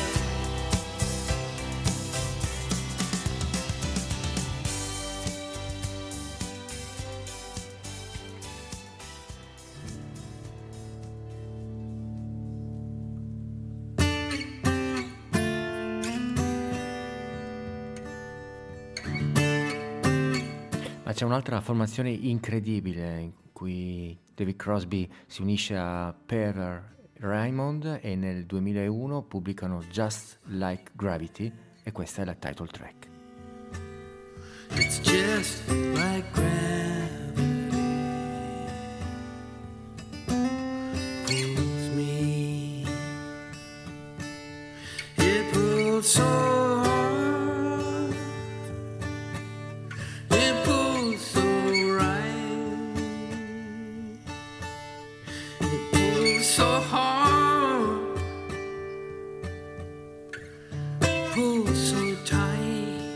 Ma c'è un'altra formazione incredibile in cui David Crosby si unisce a Per Raymond e nel 2001 pubblicano Just Like Gravity e questa è la title track. It's just like gravity pulls me. It pulls so hard. It pulls so right. It pulls so hard. Pulls so tight.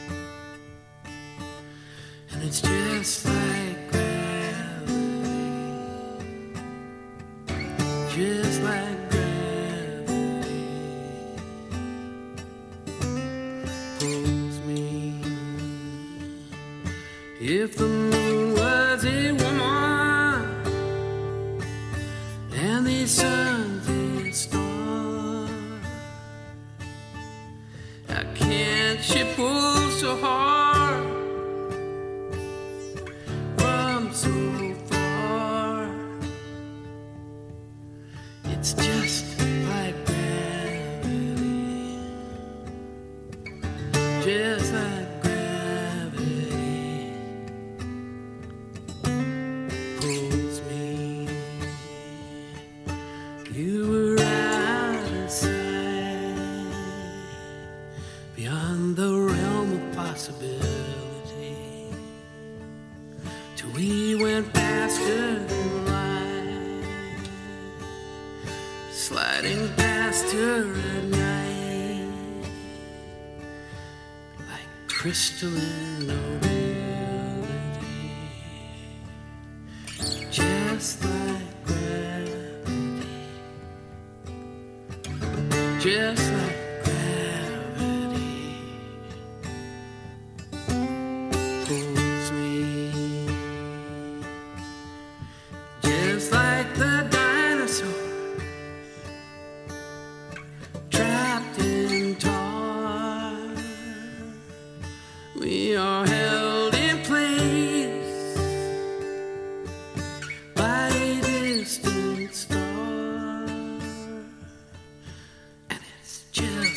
And it's just like gravity. Just like gravity pulls me. If the moon was a woman and the sun's a star, how can't she pull so hard from so far? It's just like gravity. Just like gravity pulls me. You were out of sight, beyond the realm of possibility, till we went faster than light, sliding past her at night, like crystalline nobility, just like gravity, just like gravity pulls me, just like the dinosaur trapped in tar. We are held in place by a distant star, and it's just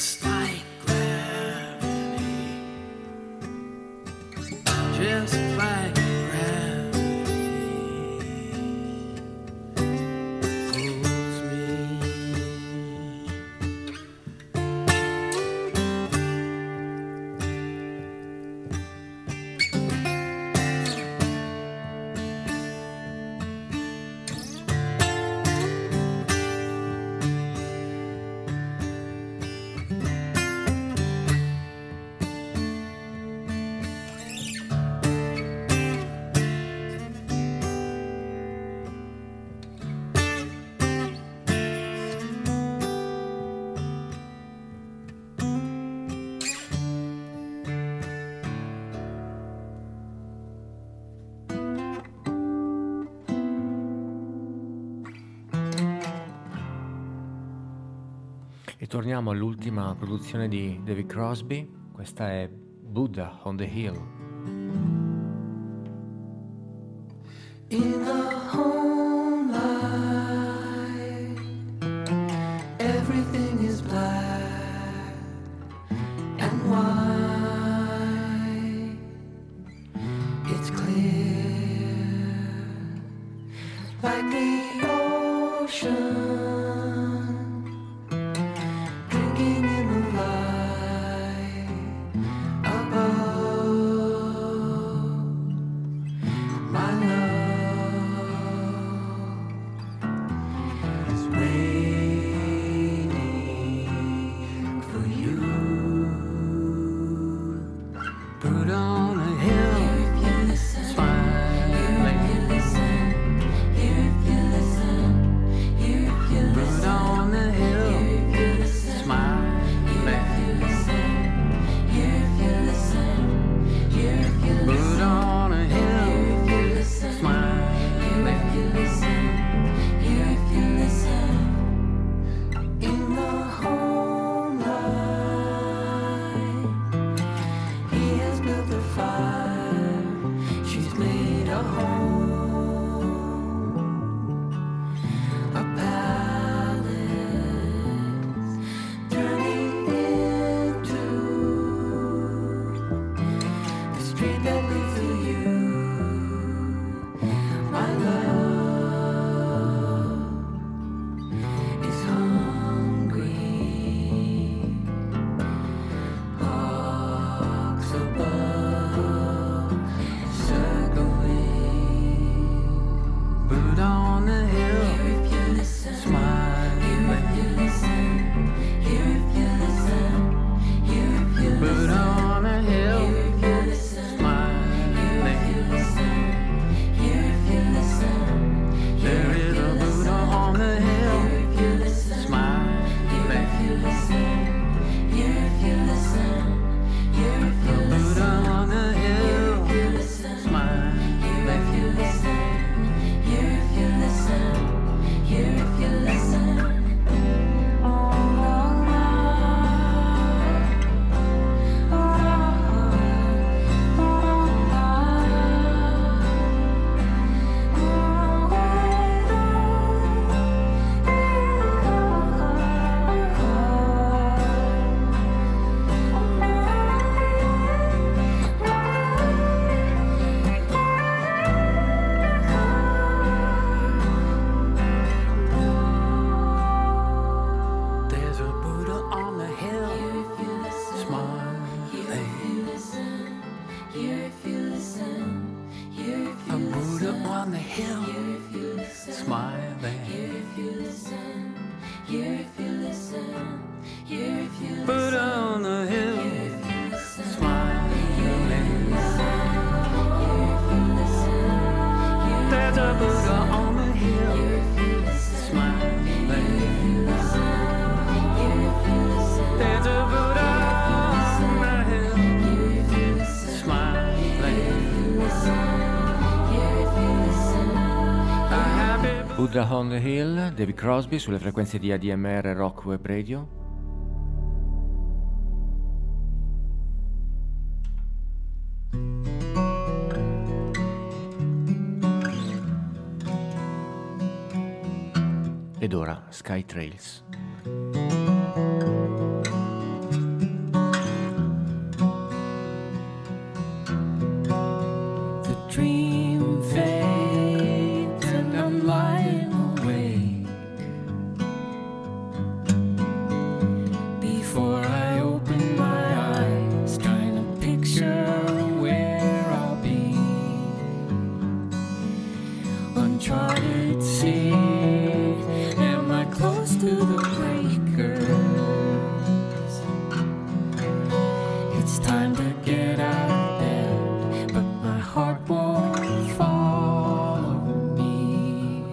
E torniamo all'ultima produzione di David Crosby, questa è Buddha on the Hill. In the home light, everything is black and white. It's clear, like the ocean. Buddha on the Hill, David Crosby sulle frequenze di ADMR Rock Web Radio. Ed ora Sky Trails. The dream fades and I'm lying awake. Before I open my eyes, trying to picture where I'll be. Uncharted sea, am I close to the breakers? It's time to get out of bed, but my heart won't follow me.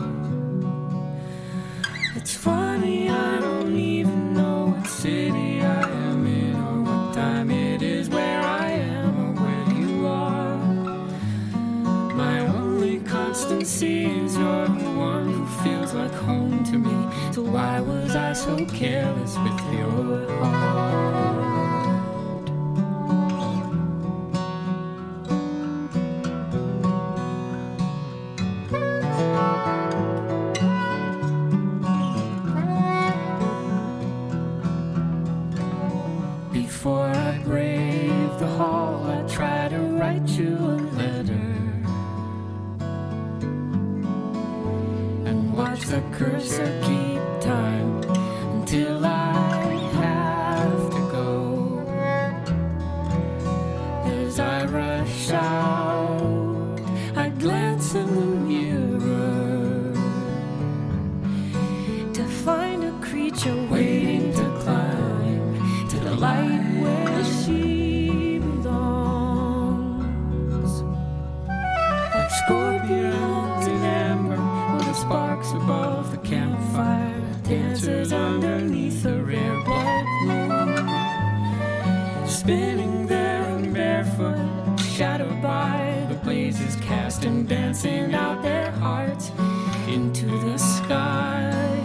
It's funny, I don't even know what city I am in, or what time it is, where I am, or where you are. My only constancy is you're the one who feels like home to me. So So why was I so careless with your heart? Before I brave the hall, I try to write you a letter and watch the cursor keep time until I have to go. As I rush out, I glance in the mirror to find a creature waiting to climb to the light where she belongs. Like scorpions in amber, or the sparks above the campfire, dancers underneath a rare blood moon, spinning there and barefoot, shadowed by the blazes cast and dancing out their hearts into the sky.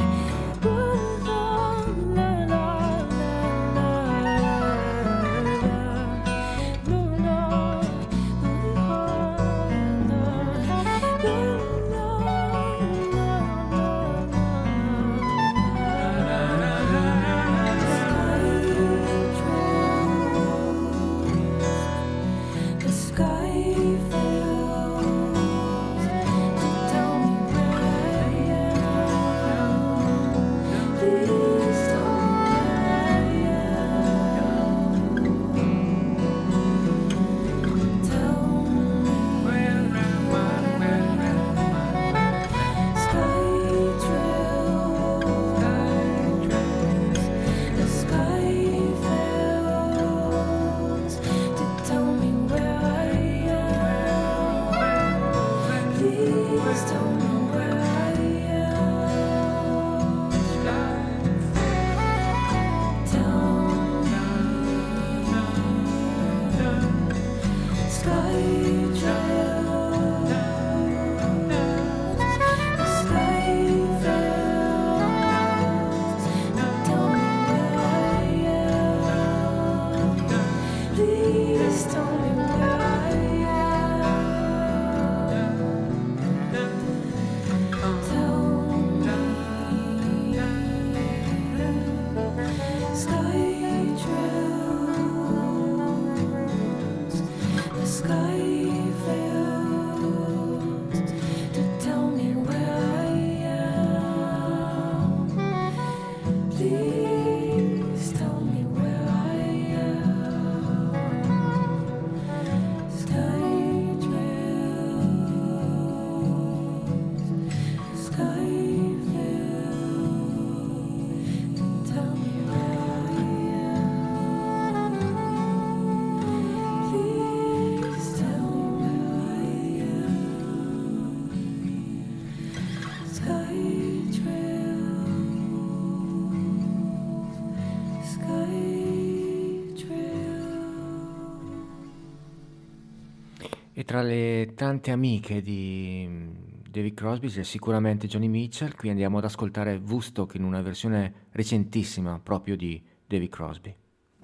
E tra le tante amiche di David Crosby c'è sicuramente Joni Mitchell. Qui andiamo ad ascoltare Woodstock in una versione recentissima proprio di David Crosby.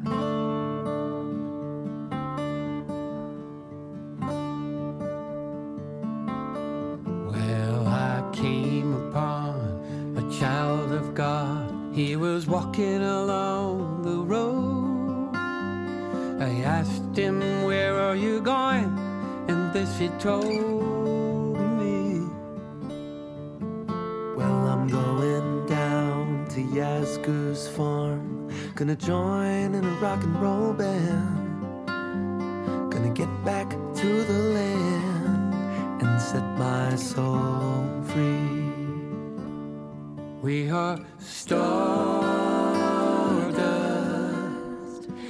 Well, I came upon a child of God. He was walking along the road. I asked him, "Where are you going?" And this he told me. Well, I'm going down to Yasgur's farm. Gonna join in a rock and roll band. Gonna get back to the land and set my soul free. We are stardust,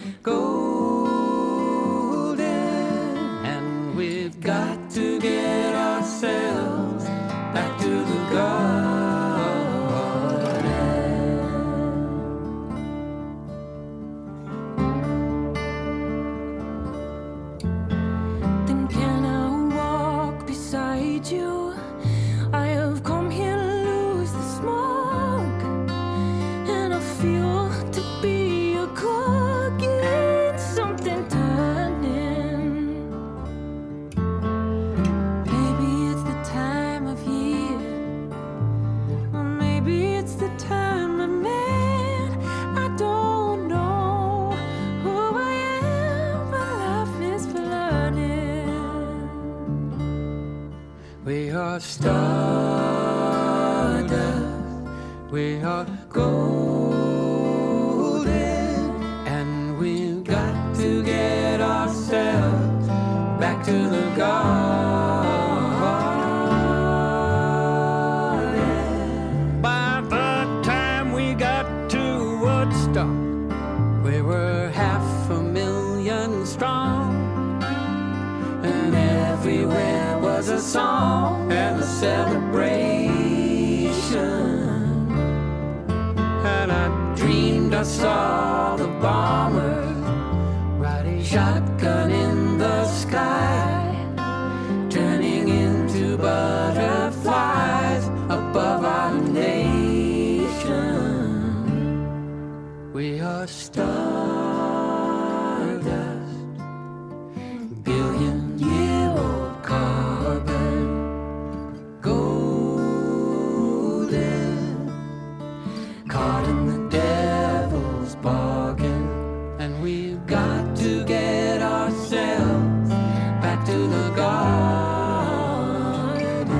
golden, and we've got to get ourselves back to the garden. Then can I walk beside you? I have come here to lose the smoke. are stardust, we are golden, and we've got to get ourselves back to the garden. By the time we got to Woodstock, we were 500,000 strong, and everywhere was a song and a celebration. And I dreamed I saw the bombers riding shotgun in the sky, turning into butterflies above our nation. We are stardust, billion-year-old carbon, golden, caught in the devil's bargain, and we've got to get ourselves back to the garden.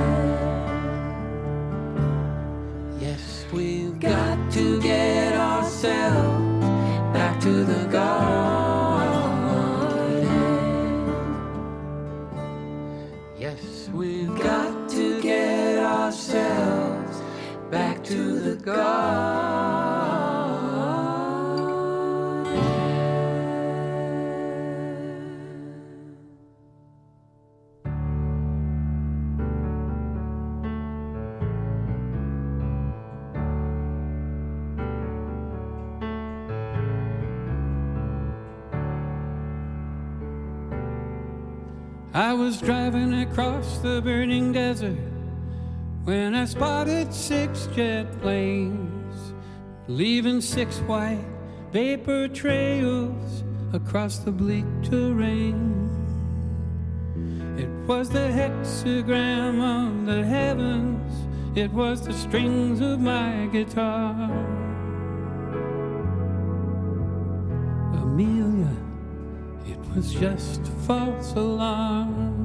Yes, we've got to get ourselves back to the garden. Yes, we've got to get ourselves back to the garden. I was driving across the burning desert when I spotted 6 jet planes, leaving 6 white vapor trails across the bleak terrain. It was the hexagram of the heavens, it was the strings of my guitar. Amelia, it was just a false alarm.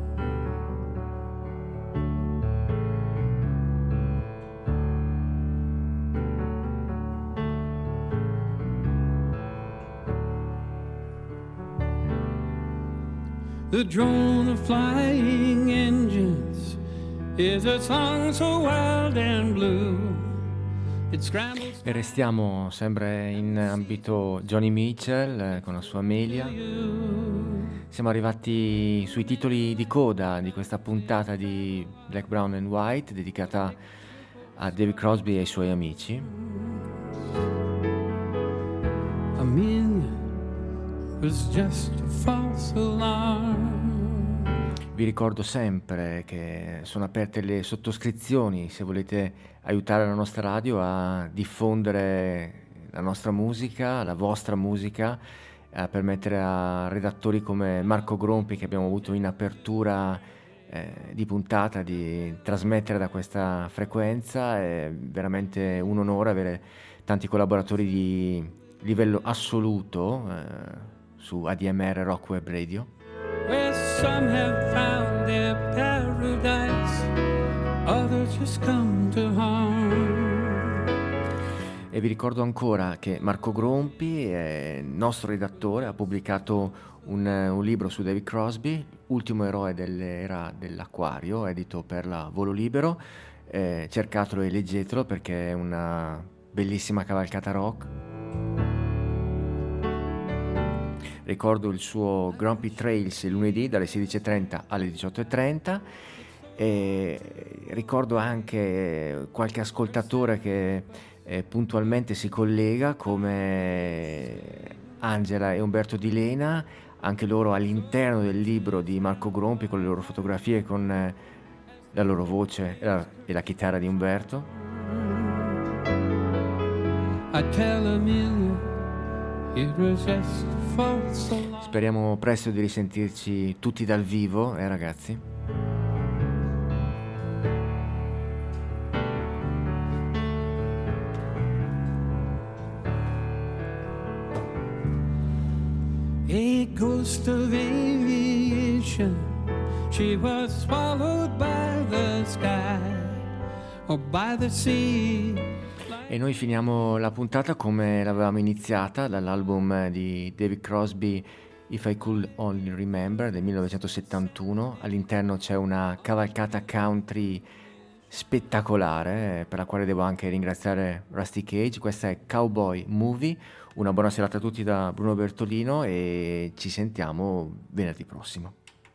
The drone of flying engines is a song so wild and blue. It scrambles. E restiamo sempre in ambito Joni Mitchell con la sua Amelia. Siamo arrivati sui titoli di coda di questa puntata di Black, Brown and White dedicata a David Crosby e ai suoi amici. Amelia was just a false alarm. Vi ricordo sempre che sono aperte le sottoscrizioni se volete aiutare la nostra radio a diffondere la nostra musica, la vostra musica, a permettere a redattori come Marco Grompi, che abbiamo avuto in apertura di puntata, di trasmettere da questa frequenza. È veramente un onore avere tanti collaboratori di livello assoluto su ADMR Rock Web Radio. Where some have found their paradise, others just come to harm. E vi ricordo ancora che Marco Grompi, il nostro redattore, ha pubblicato un libro su David Crosby, Ultimo eroe dell'era dell'acquario, edito per la Volo Libero. Cercatelo e leggetelo perché è una bellissima cavalcata rock. Ricordo il suo Grumpy Trails il lunedì dalle 16:30 alle 18:30 e ricordo anche qualche ascoltatore che puntualmente si collega, come Angela e Umberto Di Lena, anche loro all'interno del libro di Marco Grompi con le loro fotografie, con la loro voce e la chitarra di Umberto. Speriamo presto di risentirci tutti dal vivo, ragazzi? A ghost of aviation She was swallowed by the sky or by the sea. E noi finiamo la puntata come l'avevamo iniziata, dall'album di David Crosby If I Could Only Remember del 1971. All'interno c'è una cavalcata country spettacolare, per la quale devo anche ringraziare Rusty Cage. Questa è Cowboy Movie. Una buona serata a tutti da Bruno Bertolino e ci sentiamo venerdì prossimo.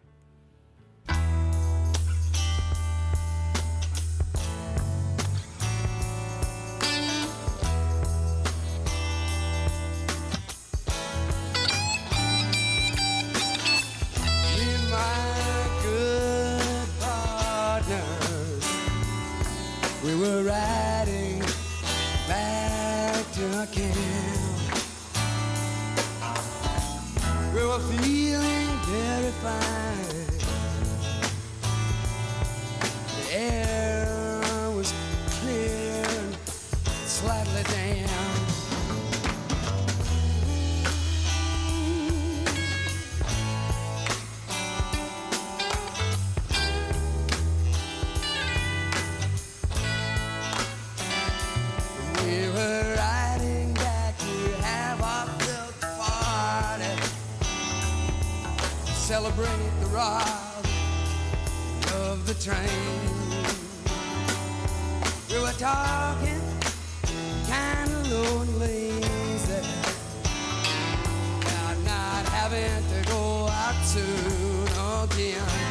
We were riding back to our camp. We were feeling very fine. The air was clear and slightly damp. Celebrate the ride of the train. We were talking kind of low and lazy about not having to go out soon again.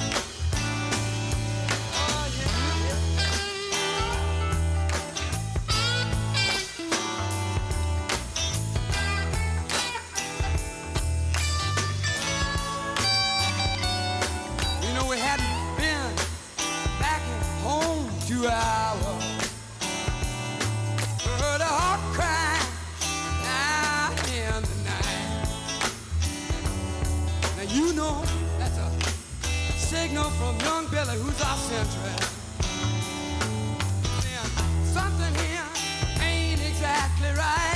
Heard a heart cry out in the night. Now you know that's a signal from young Billy, who's our central. Something here ain't exactly right.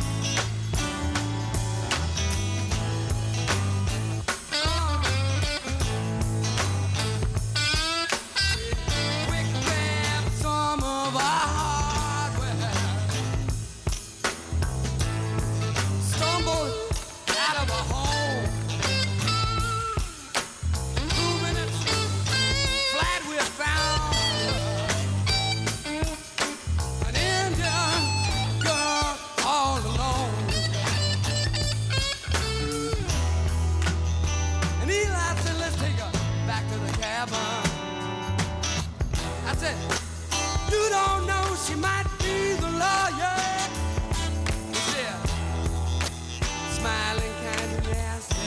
She might be the lawyer. He said, smiling kind of nasty.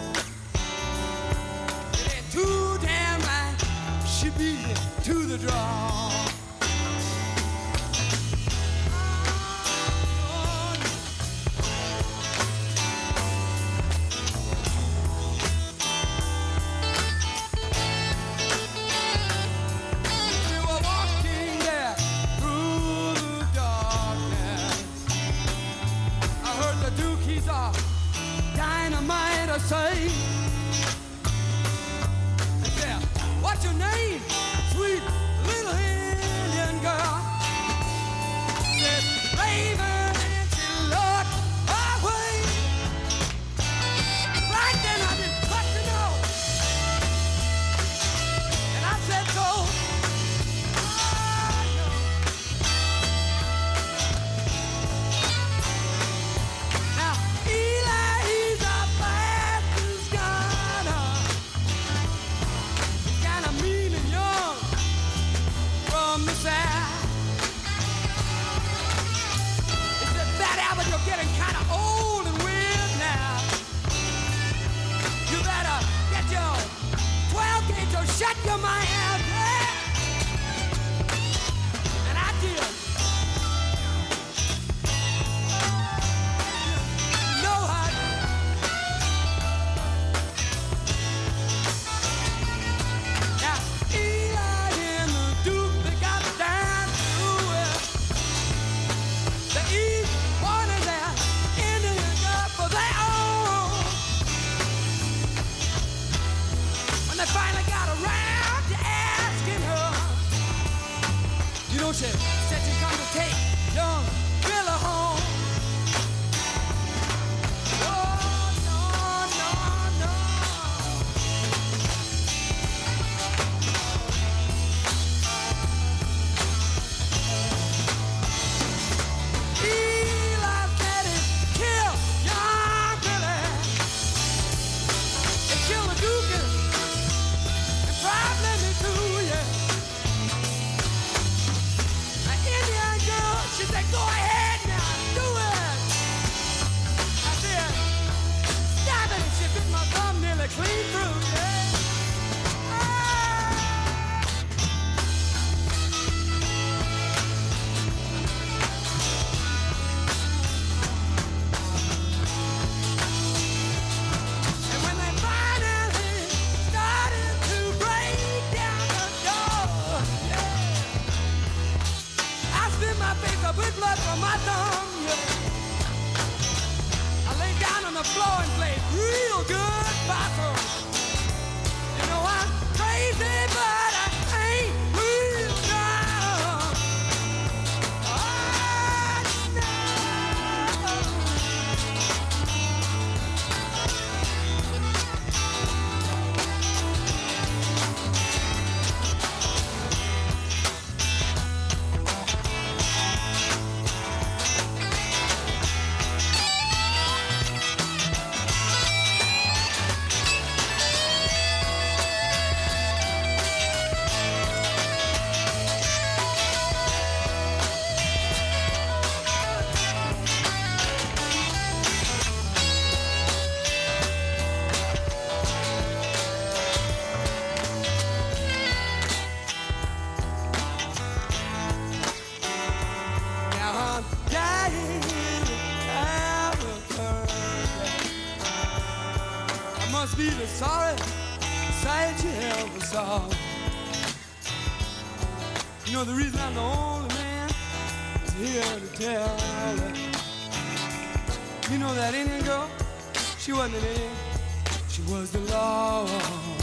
It ain't too damn right. She beat it to the draw. Dynamite, I say. Yeah. What's your name, sweet little Indian girl? Said Raven, and she looked my way. Right then I didn't cut the nose, and I said so. Now Eli, he's a Baptist guy. good blood from my thumb, yeah. I lay down on the floor and played real good possum. You know I'm crazy, but I ain't real dumb. Oh, no. Now I'm dying to have a turn. I must be the sorry sight you ever saw. You know the reason I'm the only man is here to tell it. You know that Indian girl, she wasn't an Indian, she was the law.